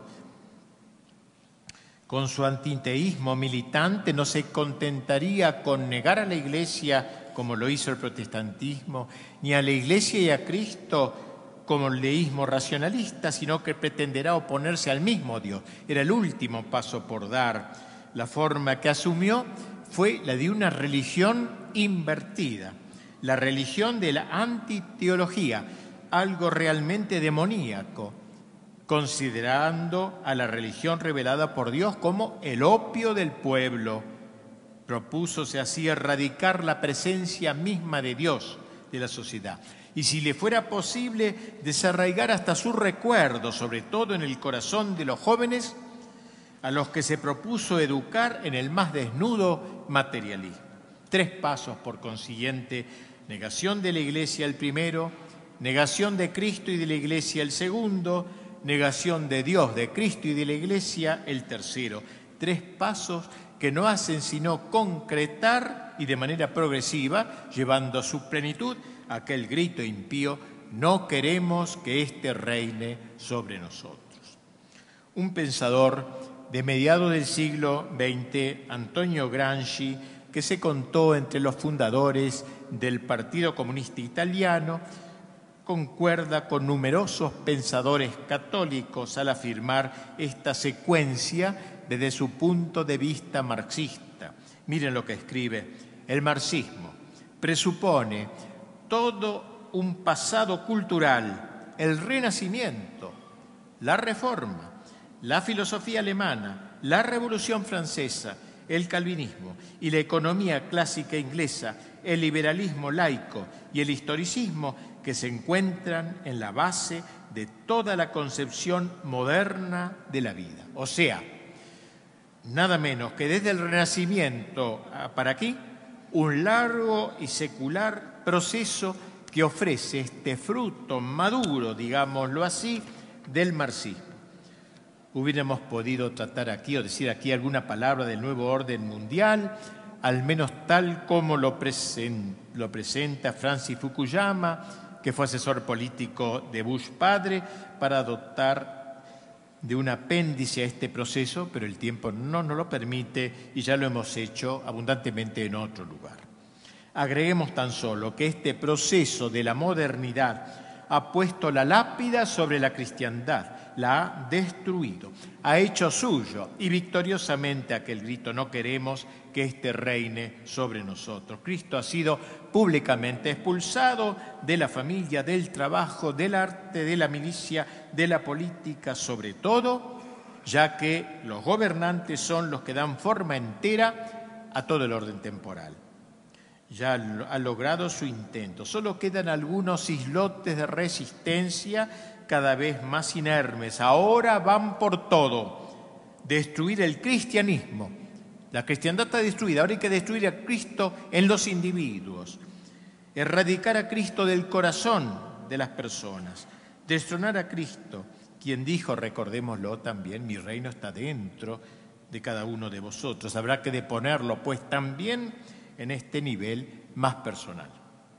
Con su antiteísmo militante no se contentaría con negar a la Iglesia como lo hizo el protestantismo, ni a la Iglesia y a Cristo como el deísmo racionalista, sino que pretenderá oponerse al mismo Dios. Era el último paso por dar. La forma que asumió fue la de una religión invertida, la religión de la antiteología, algo realmente demoníaco, considerando a la religión revelada por Dios como el opio del pueblo. Propúsose así erradicar la presencia misma de Dios de la sociedad. Y si le fuera posible, desarraigar hasta su recuerdo, sobre todo en el corazón de los jóvenes, a los que se propuso educar en el más desnudo materialismo. Tres pasos, por consiguiente: negación de la Iglesia el primero, negación de Cristo y de la Iglesia el segundo, negación de Dios, de Cristo y de la Iglesia el tercero. Tres pasos que no hacen sino concretar y de manera progresiva, llevando a su plenitud aquel grito impío: no queremos que éste reine sobre nosotros. Un pensador de mediados del siglo veinte, Antonio Gramsci, que se contó entre los fundadores del Partido Comunista Italiano, concuerda con numerosos pensadores católicos al afirmar esta secuencia desde su punto de vista marxista. Miren lo que escribe: el marxismo presupone todo un pasado cultural, el Renacimiento, la Reforma, la filosofía alemana, la Revolución Francesa, el calvinismo y la economía clásica inglesa, el liberalismo laico y el historicismo, que se encuentran en la base de toda la concepción moderna de la vida. O sea, nada menos que desde el Renacimiento para aquí, un largo y secular proceso que ofrece este fruto maduro, digámoslo así, del marxismo. Hubiéramos podido tratar aquí o decir aquí alguna palabra del nuevo orden mundial, al menos tal como lo, presen- lo presenta Francis Fukuyama, que fue asesor político de Bush padre, para dotar de un apéndice a este proceso, pero el tiempo no nos lo permite y ya lo hemos hecho abundantemente en otro lugar. Agreguemos tan solo que este proceso de la modernidad ha puesto la lápida sobre la cristiandad, la ha destruido, ha hecho suyo y victoriosamente aquel grito: no queremos que éste reine sobre nosotros. Cristo ha sido públicamente expulsado de la familia, del trabajo, del arte, de la milicia, de la política, sobre todo, ya que los gobernantes son los que dan forma entera a todo el orden temporal. Ya ha logrado su intento. Solo quedan algunos islotes de resistencia cada vez más inermes. Ahora van por todo. Destruir el cristianismo. La cristiandad está destruida. Ahora hay que destruir a Cristo en los individuos. Erradicar a Cristo del corazón de las personas. Destronar a Cristo, quien dijo, recordémoslo también: mi reino está dentro de cada uno de vosotros. Habrá que deponerlo, pues, también en este nivel más personal.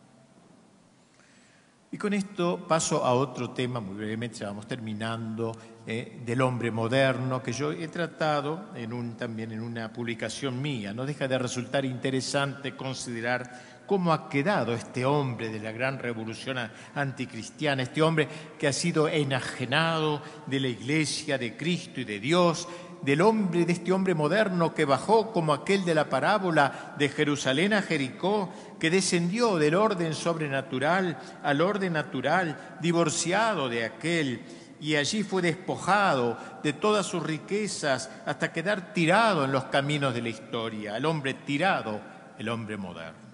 Y con esto paso a otro tema, muy brevemente, ya vamos terminando, eh, del hombre moderno, que yo he tratado en un, también en una publicación mía. No deja de resultar interesante considerar cómo ha quedado este hombre de la gran revolución anticristiana, este hombre que ha sido enajenado de la Iglesia, de Cristo y de Dios, del hombre, de este hombre moderno que bajó como aquel de la parábola de Jerusalén a Jericó, que descendió del orden sobrenatural al orden natural, divorciado de aquel, y allí fue despojado de todas sus riquezas hasta quedar tirado en los caminos de la historia, el hombre tirado, el hombre moderno.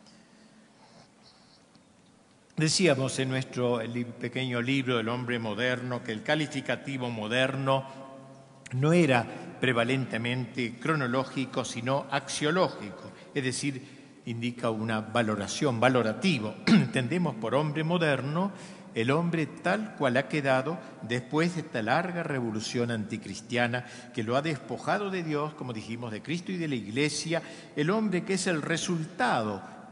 Decíamos en nuestro pequeño libro El hombre moderno que el calificativo moderno no era prevalentemente cronológico, sino axiológico, es decir, indica una valoración, valorativo. Entendemos por hombre moderno el hombre tal cual ha quedado después de esta larga revolución anticristiana que lo ha despojado de Dios, como dijimos, de Cristo y de la Iglesia, el hombre que es el resultado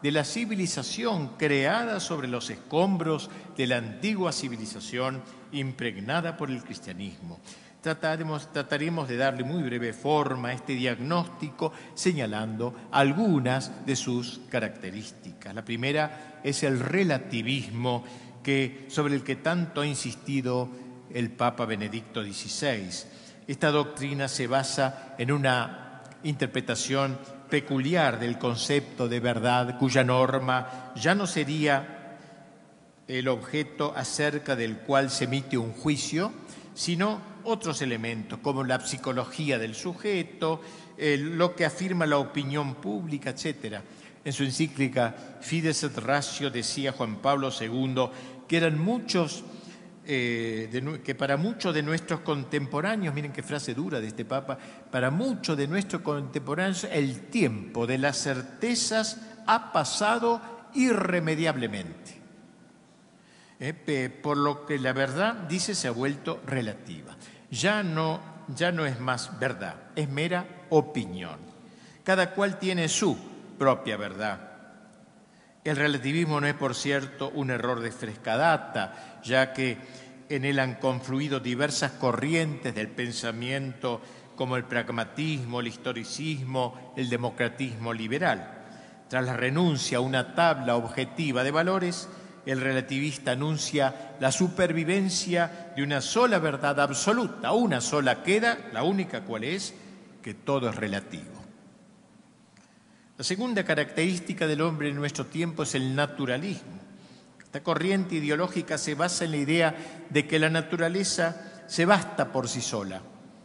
de la civilización creada sobre los escombros de la antigua civilización impregnada por el cristianismo. Trataremos, trataremos de darle muy breve forma a este diagnóstico señalando algunas de sus características. La primera es el relativismo que, sobre el que tanto ha insistido el Papa Benedicto dieciséis. Esta doctrina se basa en una interpretación peculiar del concepto de verdad, cuya norma ya no sería el objeto acerca del cual se emite un juicio, sino otros elementos como la psicología del sujeto, eh, lo que afirma la opinión pública, etcétera. En su encíclica Fides et Ratio decía Juan Pablo segundo que eran muchos, eh, de, que para muchos de nuestros contemporáneos, miren qué frase dura de este Papa, para muchos de nuestros contemporáneos el tiempo de las certezas ha pasado irremediablemente. Eh, por lo que la verdad, dice, se ha vuelto relativa. Ya no, ya no es más verdad, es mera opinión. Cada cual tiene su propia verdad. El relativismo no es, por cierto, un error de fresca data, ya que en él han confluido diversas corrientes del pensamiento como el pragmatismo, el historicismo, el democratismo liberal. Tras la renuncia a una tabla objetiva de valores, el relativista anuncia la supervivencia de una sola verdad absoluta. Una sola queda, la única cual es que todo es relativo. La segunda característica del hombre en nuestro tiempo es el naturalismo. Esta corriente ideológica se basa en la idea de que la naturaleza se basta por sí sola,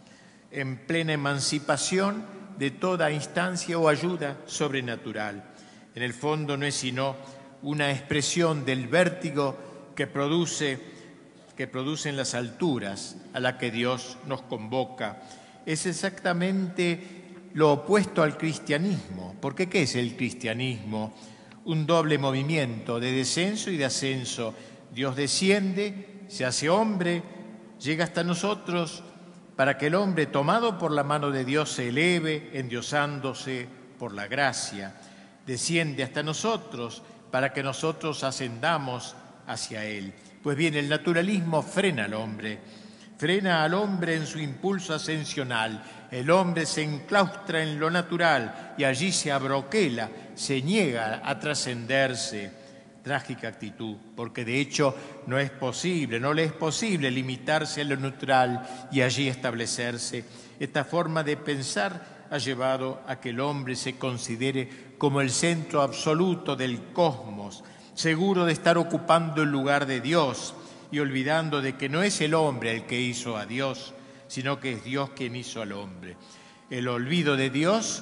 en plena emancipación de toda instancia o ayuda sobrenatural. En el fondo no es sino una expresión del vértigo que produce, que producen las alturas a la que Dios nos convoca. Es exactamente lo opuesto al cristianismo. Porque ¿qué es el cristianismo? Un doble movimiento de descenso y de ascenso. Dios desciende, se hace hombre, llega hasta nosotros para que el hombre, tomado por la mano de Dios, se eleve, endiosándose por la gracia. Desciende hasta nosotros para que nosotros ascendamos hacia Él. Pues bien, el naturalismo frena al hombre, frena al hombre en su impulso ascensional. El hombre se enclaustra en lo natural y allí se abroquela, se niega a trascenderse. Trágica actitud, porque de hecho no es posible, no le es posible limitarse a lo natural y allí establecerse. Esta forma de pensar ha llevado a que el hombre se considere como el centro absoluto del cosmos, seguro de estar ocupando el lugar de Dios y olvidando de que no es el hombre el que hizo a Dios, sino que es Dios quien hizo al hombre. El olvido de Dios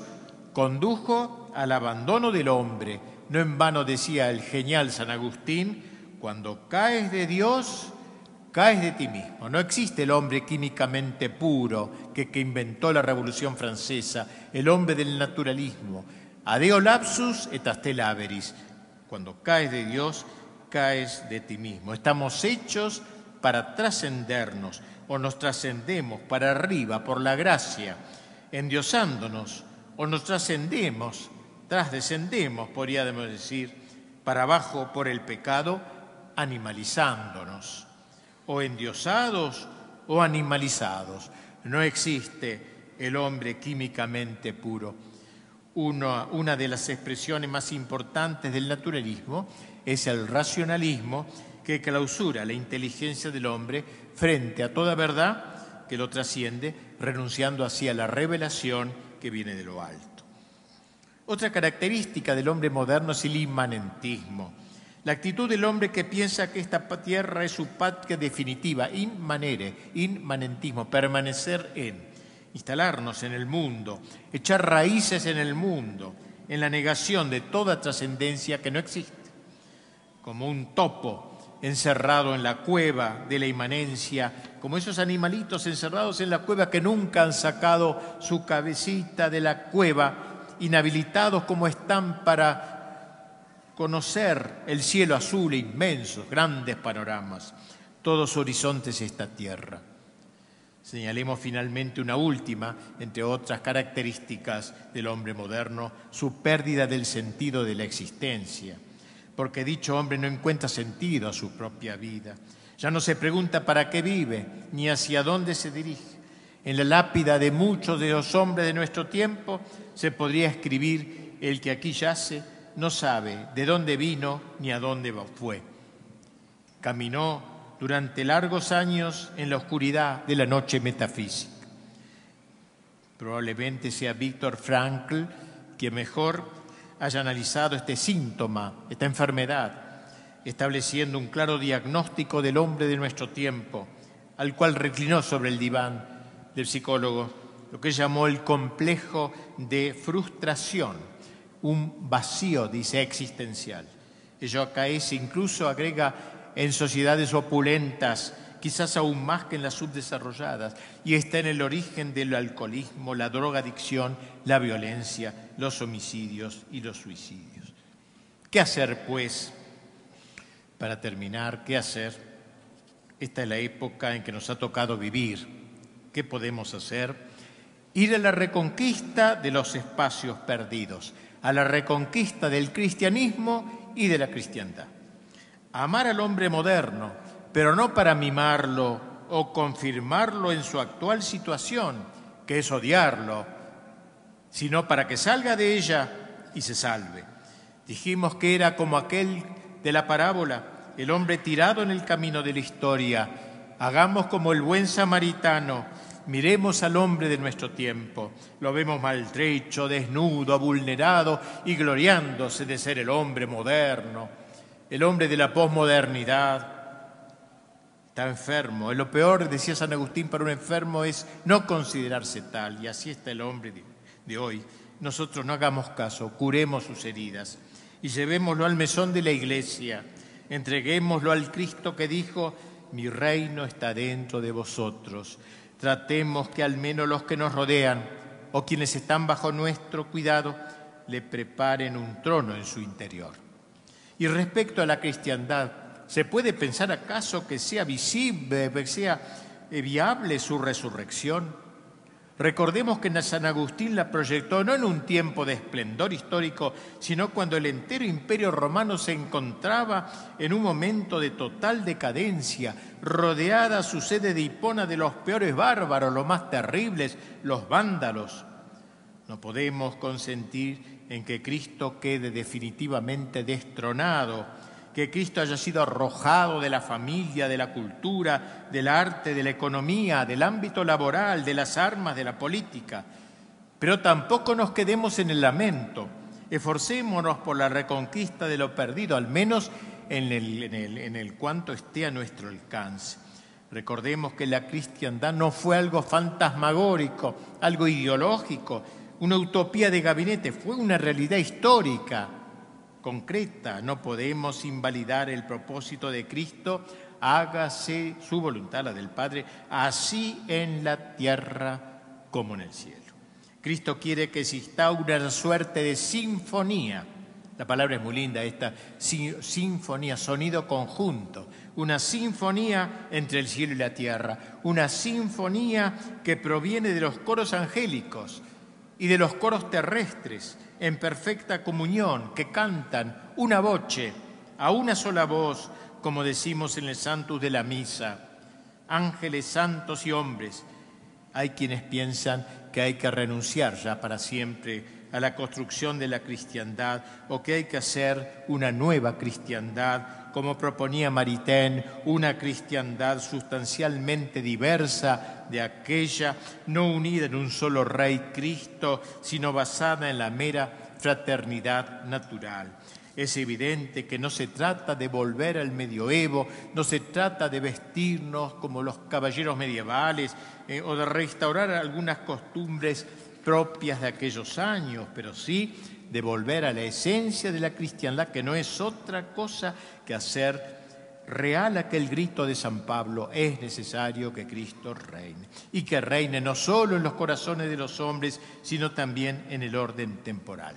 condujo al abandono del hombre. No en vano decía el genial San Agustín, cuando caes de Dios, caes de ti mismo. No existe el hombre químicamente puro que, que inventó la Revolución Francesa, el hombre del naturalismo. Adeo lapsus et aste laberis. Cuando caes de Dios, caes de ti mismo. Estamos hechos para trascendernos, o nos trascendemos para arriba por la gracia, endiosándonos, o nos trascendemos, trasdescendemos, podríamos decir, para abajo por el pecado, animalizándonos, o endiosados o animalizados. No existe el hombre químicamente puro. Una, una de las expresiones más importantes del naturalismo es el racionalismo, que clausura la inteligencia del hombre frente a toda verdad que lo trasciende, renunciando así a la revelación que viene de lo alto. Otra característica del hombre moderno es el inmanentismo, la actitud del hombre que piensa que esta tierra es su patria definitiva, inmanere, inmanentismo, permanecer en, instalarnos en el mundo, echar raíces en el mundo, en la negación de toda trascendencia que no existe, como un topo encerrado en la cueva de la inmanencia, como esos animalitos encerrados en la cueva que nunca han sacado su cabecita de la cueva, inhabilitados como están para conocer el cielo azul inmenso, grandes panoramas, todos horizontes esta tierra. Señalemos finalmente una última, entre otras características del hombre moderno, su pérdida del sentido de la existencia, porque dicho hombre no encuentra sentido a su propia vida. Ya no se pregunta para qué vive, ni hacia dónde se dirige. En la lápida de muchos de los hombres de nuestro tiempo se podría escribir: el que aquí yace no sabe de dónde vino ni a dónde fue. Caminó durante largos años en la oscuridad de la noche metafísica. Probablemente sea Viktor Frankl quien mejor haya analizado este síntoma, esta enfermedad, estableciendo un claro diagnóstico del hombre de nuestro tiempo, al cual reclinó sobre el diván del psicólogo, lo que llamó el complejo de frustración, un vacío, dice, existencial. Ello acaece, incluso agrega, en sociedades opulentas, quizás aún más que en las subdesarrolladas, y está en el origen del alcoholismo, la drogadicción, la violencia, los homicidios y los suicidios. ¿Qué hacer, pues? Para terminar, ¿qué hacer? Esta es la época en que nos ha tocado vivir. ¿Qué podemos hacer? Ir a la reconquista de los espacios perdidos, a la reconquista del cristianismo y de la cristiandad. Amar al hombre moderno, pero no para mimarlo o confirmarlo en su actual situación, que es odiarlo, sino para que salga de ella y se salve. Dijimos que era como aquel de la parábola, el hombre tirado en el camino de la historia. Hagamos como el buen samaritano, miremos al hombre de nuestro tiempo. Lo vemos maltrecho, desnudo, vulnerado y gloriándose de ser el hombre moderno. El hombre de la posmodernidad está enfermo. Lo peor, decía San Agustín, para un enfermo es no considerarse tal. Y así está el hombre de, de hoy. Nosotros no hagamos caso, curemos sus heridas y llevémoslo al mesón de la iglesia. Entreguémoslo al Cristo que dijo: mi reino está dentro de vosotros. Tratemos que al menos los que nos rodean o quienes están bajo nuestro cuidado le preparen un trono en su interior. Y respecto a la cristiandad, ¿se puede pensar acaso que sea visible, que sea viable su resurrección? Recordemos que San Agustín la proyectó no en un tiempo de esplendor histórico, sino cuando el entero imperio romano se encontraba en un momento de total decadencia, rodeada su sede de Hipona de los peores bárbaros, los más terribles, los vándalos. No podemos consentir en que Cristo quede definitivamente destronado, que Cristo haya sido arrojado de la familia, de la cultura, del arte, de la economía, del ámbito laboral, de las armas, de la política. Pero tampoco nos quedemos en el lamento. Esforcémonos por la reconquista de lo perdido, al menos en el, en el, en el cuanto esté a nuestro alcance. Recordemos que la cristiandad no fue algo fantasmagórico, algo ideológico, una utopía de gabinete, fue una realidad histórica, concreta. No podemos invalidar el propósito de Cristo: hágase su voluntad, la del Padre, así en la tierra como en el cielo. Cristo quiere que se instaure una suerte de sinfonía. La palabra es muy linda, esta sinfonía, sonido conjunto, una sinfonía entre el cielo y la tierra, una sinfonía que proviene de los coros angélicos y de los coros terrestres, en perfecta comunión, que cantan una voce, a una sola voz, como decimos en el Sanctus de la Misa. Ángeles, santos y hombres. Hay quienes piensan que hay que renunciar ya para siempre a la construcción de la cristiandad, o que hay que hacer una nueva cristiandad, como proponía Maritain, una cristiandad sustancialmente diversa de aquella, no unida en un solo Rey Cristo, sino basada en la mera fraternidad natural. Es evidente que no se trata de volver al medioevo, no se trata de vestirnos como los caballeros medievales eh, o de restaurar algunas costumbres propias de aquellos años, pero sí de volver a la esencia de la cristiandad, que no es otra cosa que hacer real aquel grito de San Pablo: es necesario que Cristo reine, y que reine no solo en los corazones de los hombres, sino también en el orden temporal.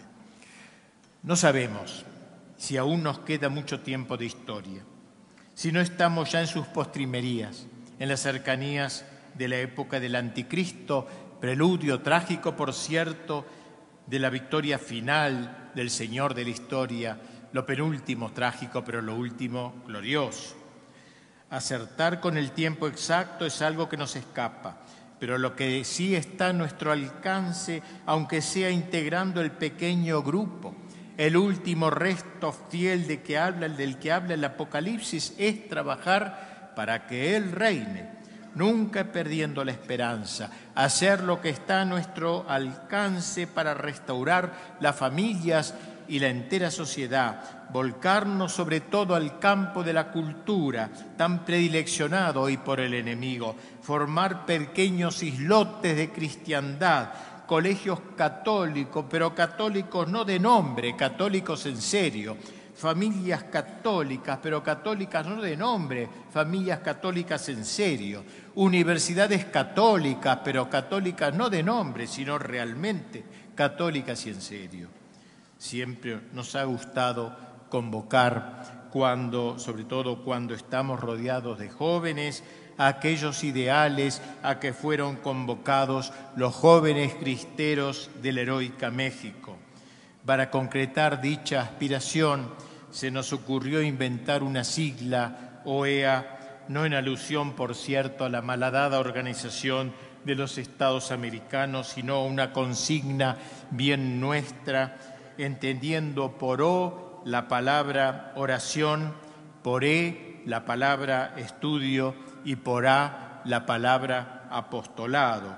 No sabemos si aún nos queda mucho tiempo de historia, si no estamos ya en sus postrimerías, en las cercanías de la época del Anticristo, preludio trágico, por cierto, de la victoria final del Señor de la historia, lo penúltimo trágico, pero lo último glorioso. Acertar con el tiempo exacto es algo que nos escapa, pero lo que sí está a nuestro alcance, aunque sea integrando el pequeño grupo, el último resto fiel de que habla, del que habla el Apocalipsis, es trabajar para que Él reine, nunca perdiendo la esperanza, hacer lo que está a nuestro alcance para restaurar las familias y la entera sociedad, volcarnos sobre todo al campo de la cultura, tan predileccionado hoy por el enemigo, formar pequeños islotes de cristiandad, colegios católicos, pero católicos no de nombre, católicos en serio, familias católicas, pero católicas no de nombre, familias católicas en serio, universidades católicas, pero católicas no de nombre, sino realmente católicas y en serio. Siempre nos ha gustado convocar, cuando, sobre todo cuando estamos rodeados de jóvenes, a aquellos ideales a que fueron convocados los jóvenes cristeros de la heroica México. Para concretar dicha aspiración, se nos ocurrió inventar una sigla, O E A, no en alusión, por cierto, a la malhadada organización de los Estados americanos, sino una consigna bien nuestra, entendiendo por O la palabra oración, por E la palabra estudio y por A la palabra apostolado.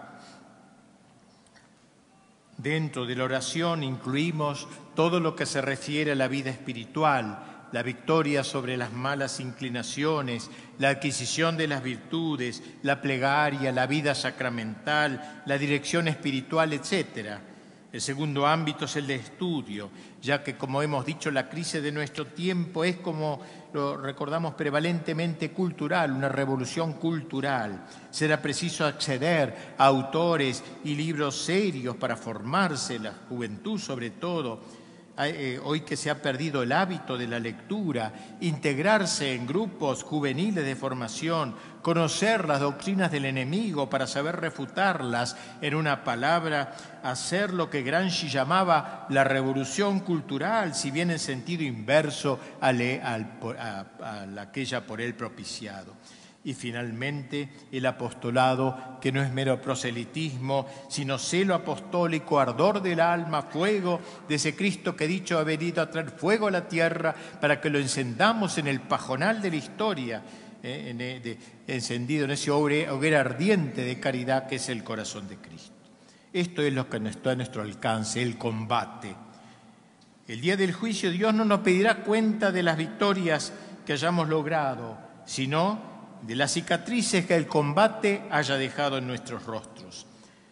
Dentro de la oración incluimos todo lo que se refiere a la vida espiritual, la victoria sobre las malas inclinaciones, la adquisición de las virtudes, la plegaria, la vida sacramental, la dirección espiritual, etcétera. El segundo ámbito es el de estudio, ya que, como hemos dicho, la crisis de nuestro tiempo es, como lo recordamos, prevalentemente cultural, una revolución cultural. Será preciso acceder a autores y libros serios para formarse, la juventud sobre todo, hoy que se ha perdido el hábito de la lectura, integrarse en grupos juveniles de formación, conocer las doctrinas del enemigo para saber refutarlas, en una palabra, hacer lo que Gramsci llamaba la revolución cultural, si bien en sentido inverso a, le, a, a, a aquella por él propiciado. Y finalmente el apostolado, que no es mero proselitismo, sino celo apostólico, ardor del alma, fuego de ese Cristo que dicho ha venido a traer fuego a la tierra para que lo encendamos en el pajonal de la historia, eh, en, de, encendido en ese hoguera ardiente de caridad que es el corazón de Cristo. Esto es lo que está a nuestro alcance, el combate. El día del juicio Dios no nos pedirá cuenta de las victorias que hayamos logrado, sino de las cicatrices que el combate haya dejado en nuestros rostros.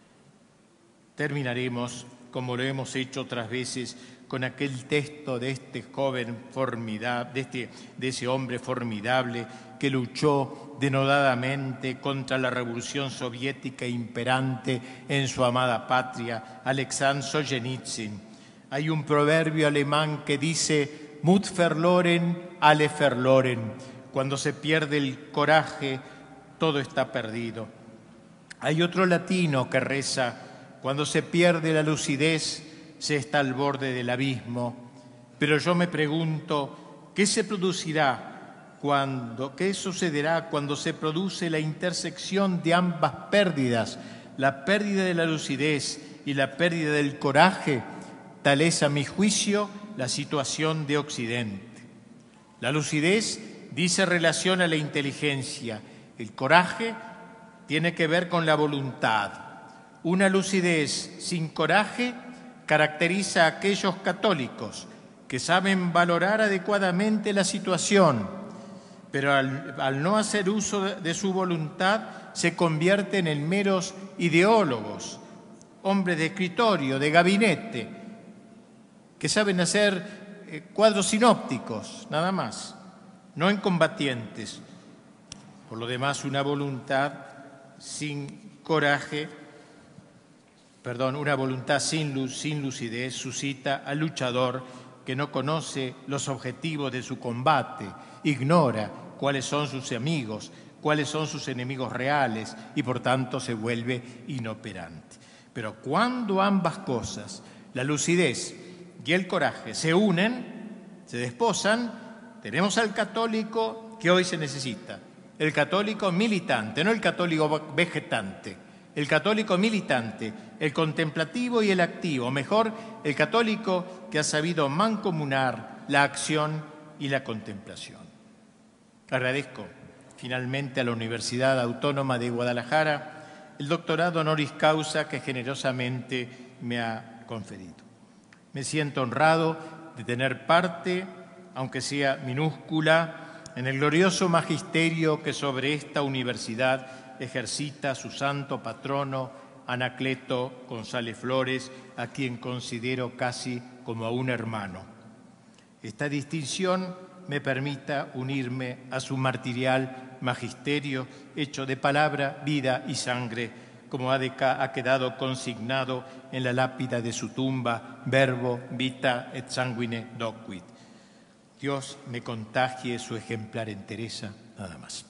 Terminaremos, como lo hemos hecho otras veces, con aquel texto de este joven formidable, de, este, de ese hombre formidable que luchó denodadamente contra la revolución soviética imperante en su amada patria, Alexander Solzhenitsyn. Hay un proverbio alemán que dice «Mut verloren, alle verloren». Cuando se pierde el coraje, todo está perdido. Hay otro latino que reza, cuando se pierde la lucidez, se está al borde del abismo. Pero yo me pregunto, ¿qué se producirá cuando, qué sucederá cuando se produce la intersección de ambas pérdidas, la pérdida de la lucidez y la pérdida del coraje? Tal es, a mi juicio, la situación de Occidente. La lucidez dice relación a la inteligencia. El coraje tiene que ver con la voluntad. Una lucidez sin coraje caracteriza a aquellos católicos que saben valorar adecuadamente la situación, pero al, al no hacer uso de su voluntad se convierten en meros ideólogos, hombres de escritorio, de gabinete, que saben hacer eh, cuadros sinópticos, nada más. No en combatientes. Por lo demás, una voluntad sin coraje, perdón, una voluntad sin luz, sin lucidez, suscita al luchador que no conoce los objetivos de su combate, ignora cuáles son sus amigos, cuáles son sus enemigos reales y por tanto se vuelve inoperante. Pero cuando ambas cosas, la lucidez y el coraje, se unen, se desposan, tenemos al católico que hoy se necesita, el católico militante, no el católico vegetante, el católico militante, el contemplativo y el activo, mejor, el católico que ha sabido mancomunar la acción y la contemplación. Agradezco finalmente a la Universidad Autónoma de Guadalajara el doctorado honoris causa que generosamente me ha conferido. Me siento honrado de tener parte, aunque sea minúscula, en el glorioso magisterio que sobre esta universidad ejercita su santo patrono, Anacleto González Flores, a quien considero casi como a un hermano. Esta distinción me permita unirme a su martirial magisterio, hecho de palabra, vida y sangre, como ha, de ca ha quedado consignado en la lápida de su tumba, verbo vita et sanguine docuit. Dios me contagie su ejemplar entereza, nada más.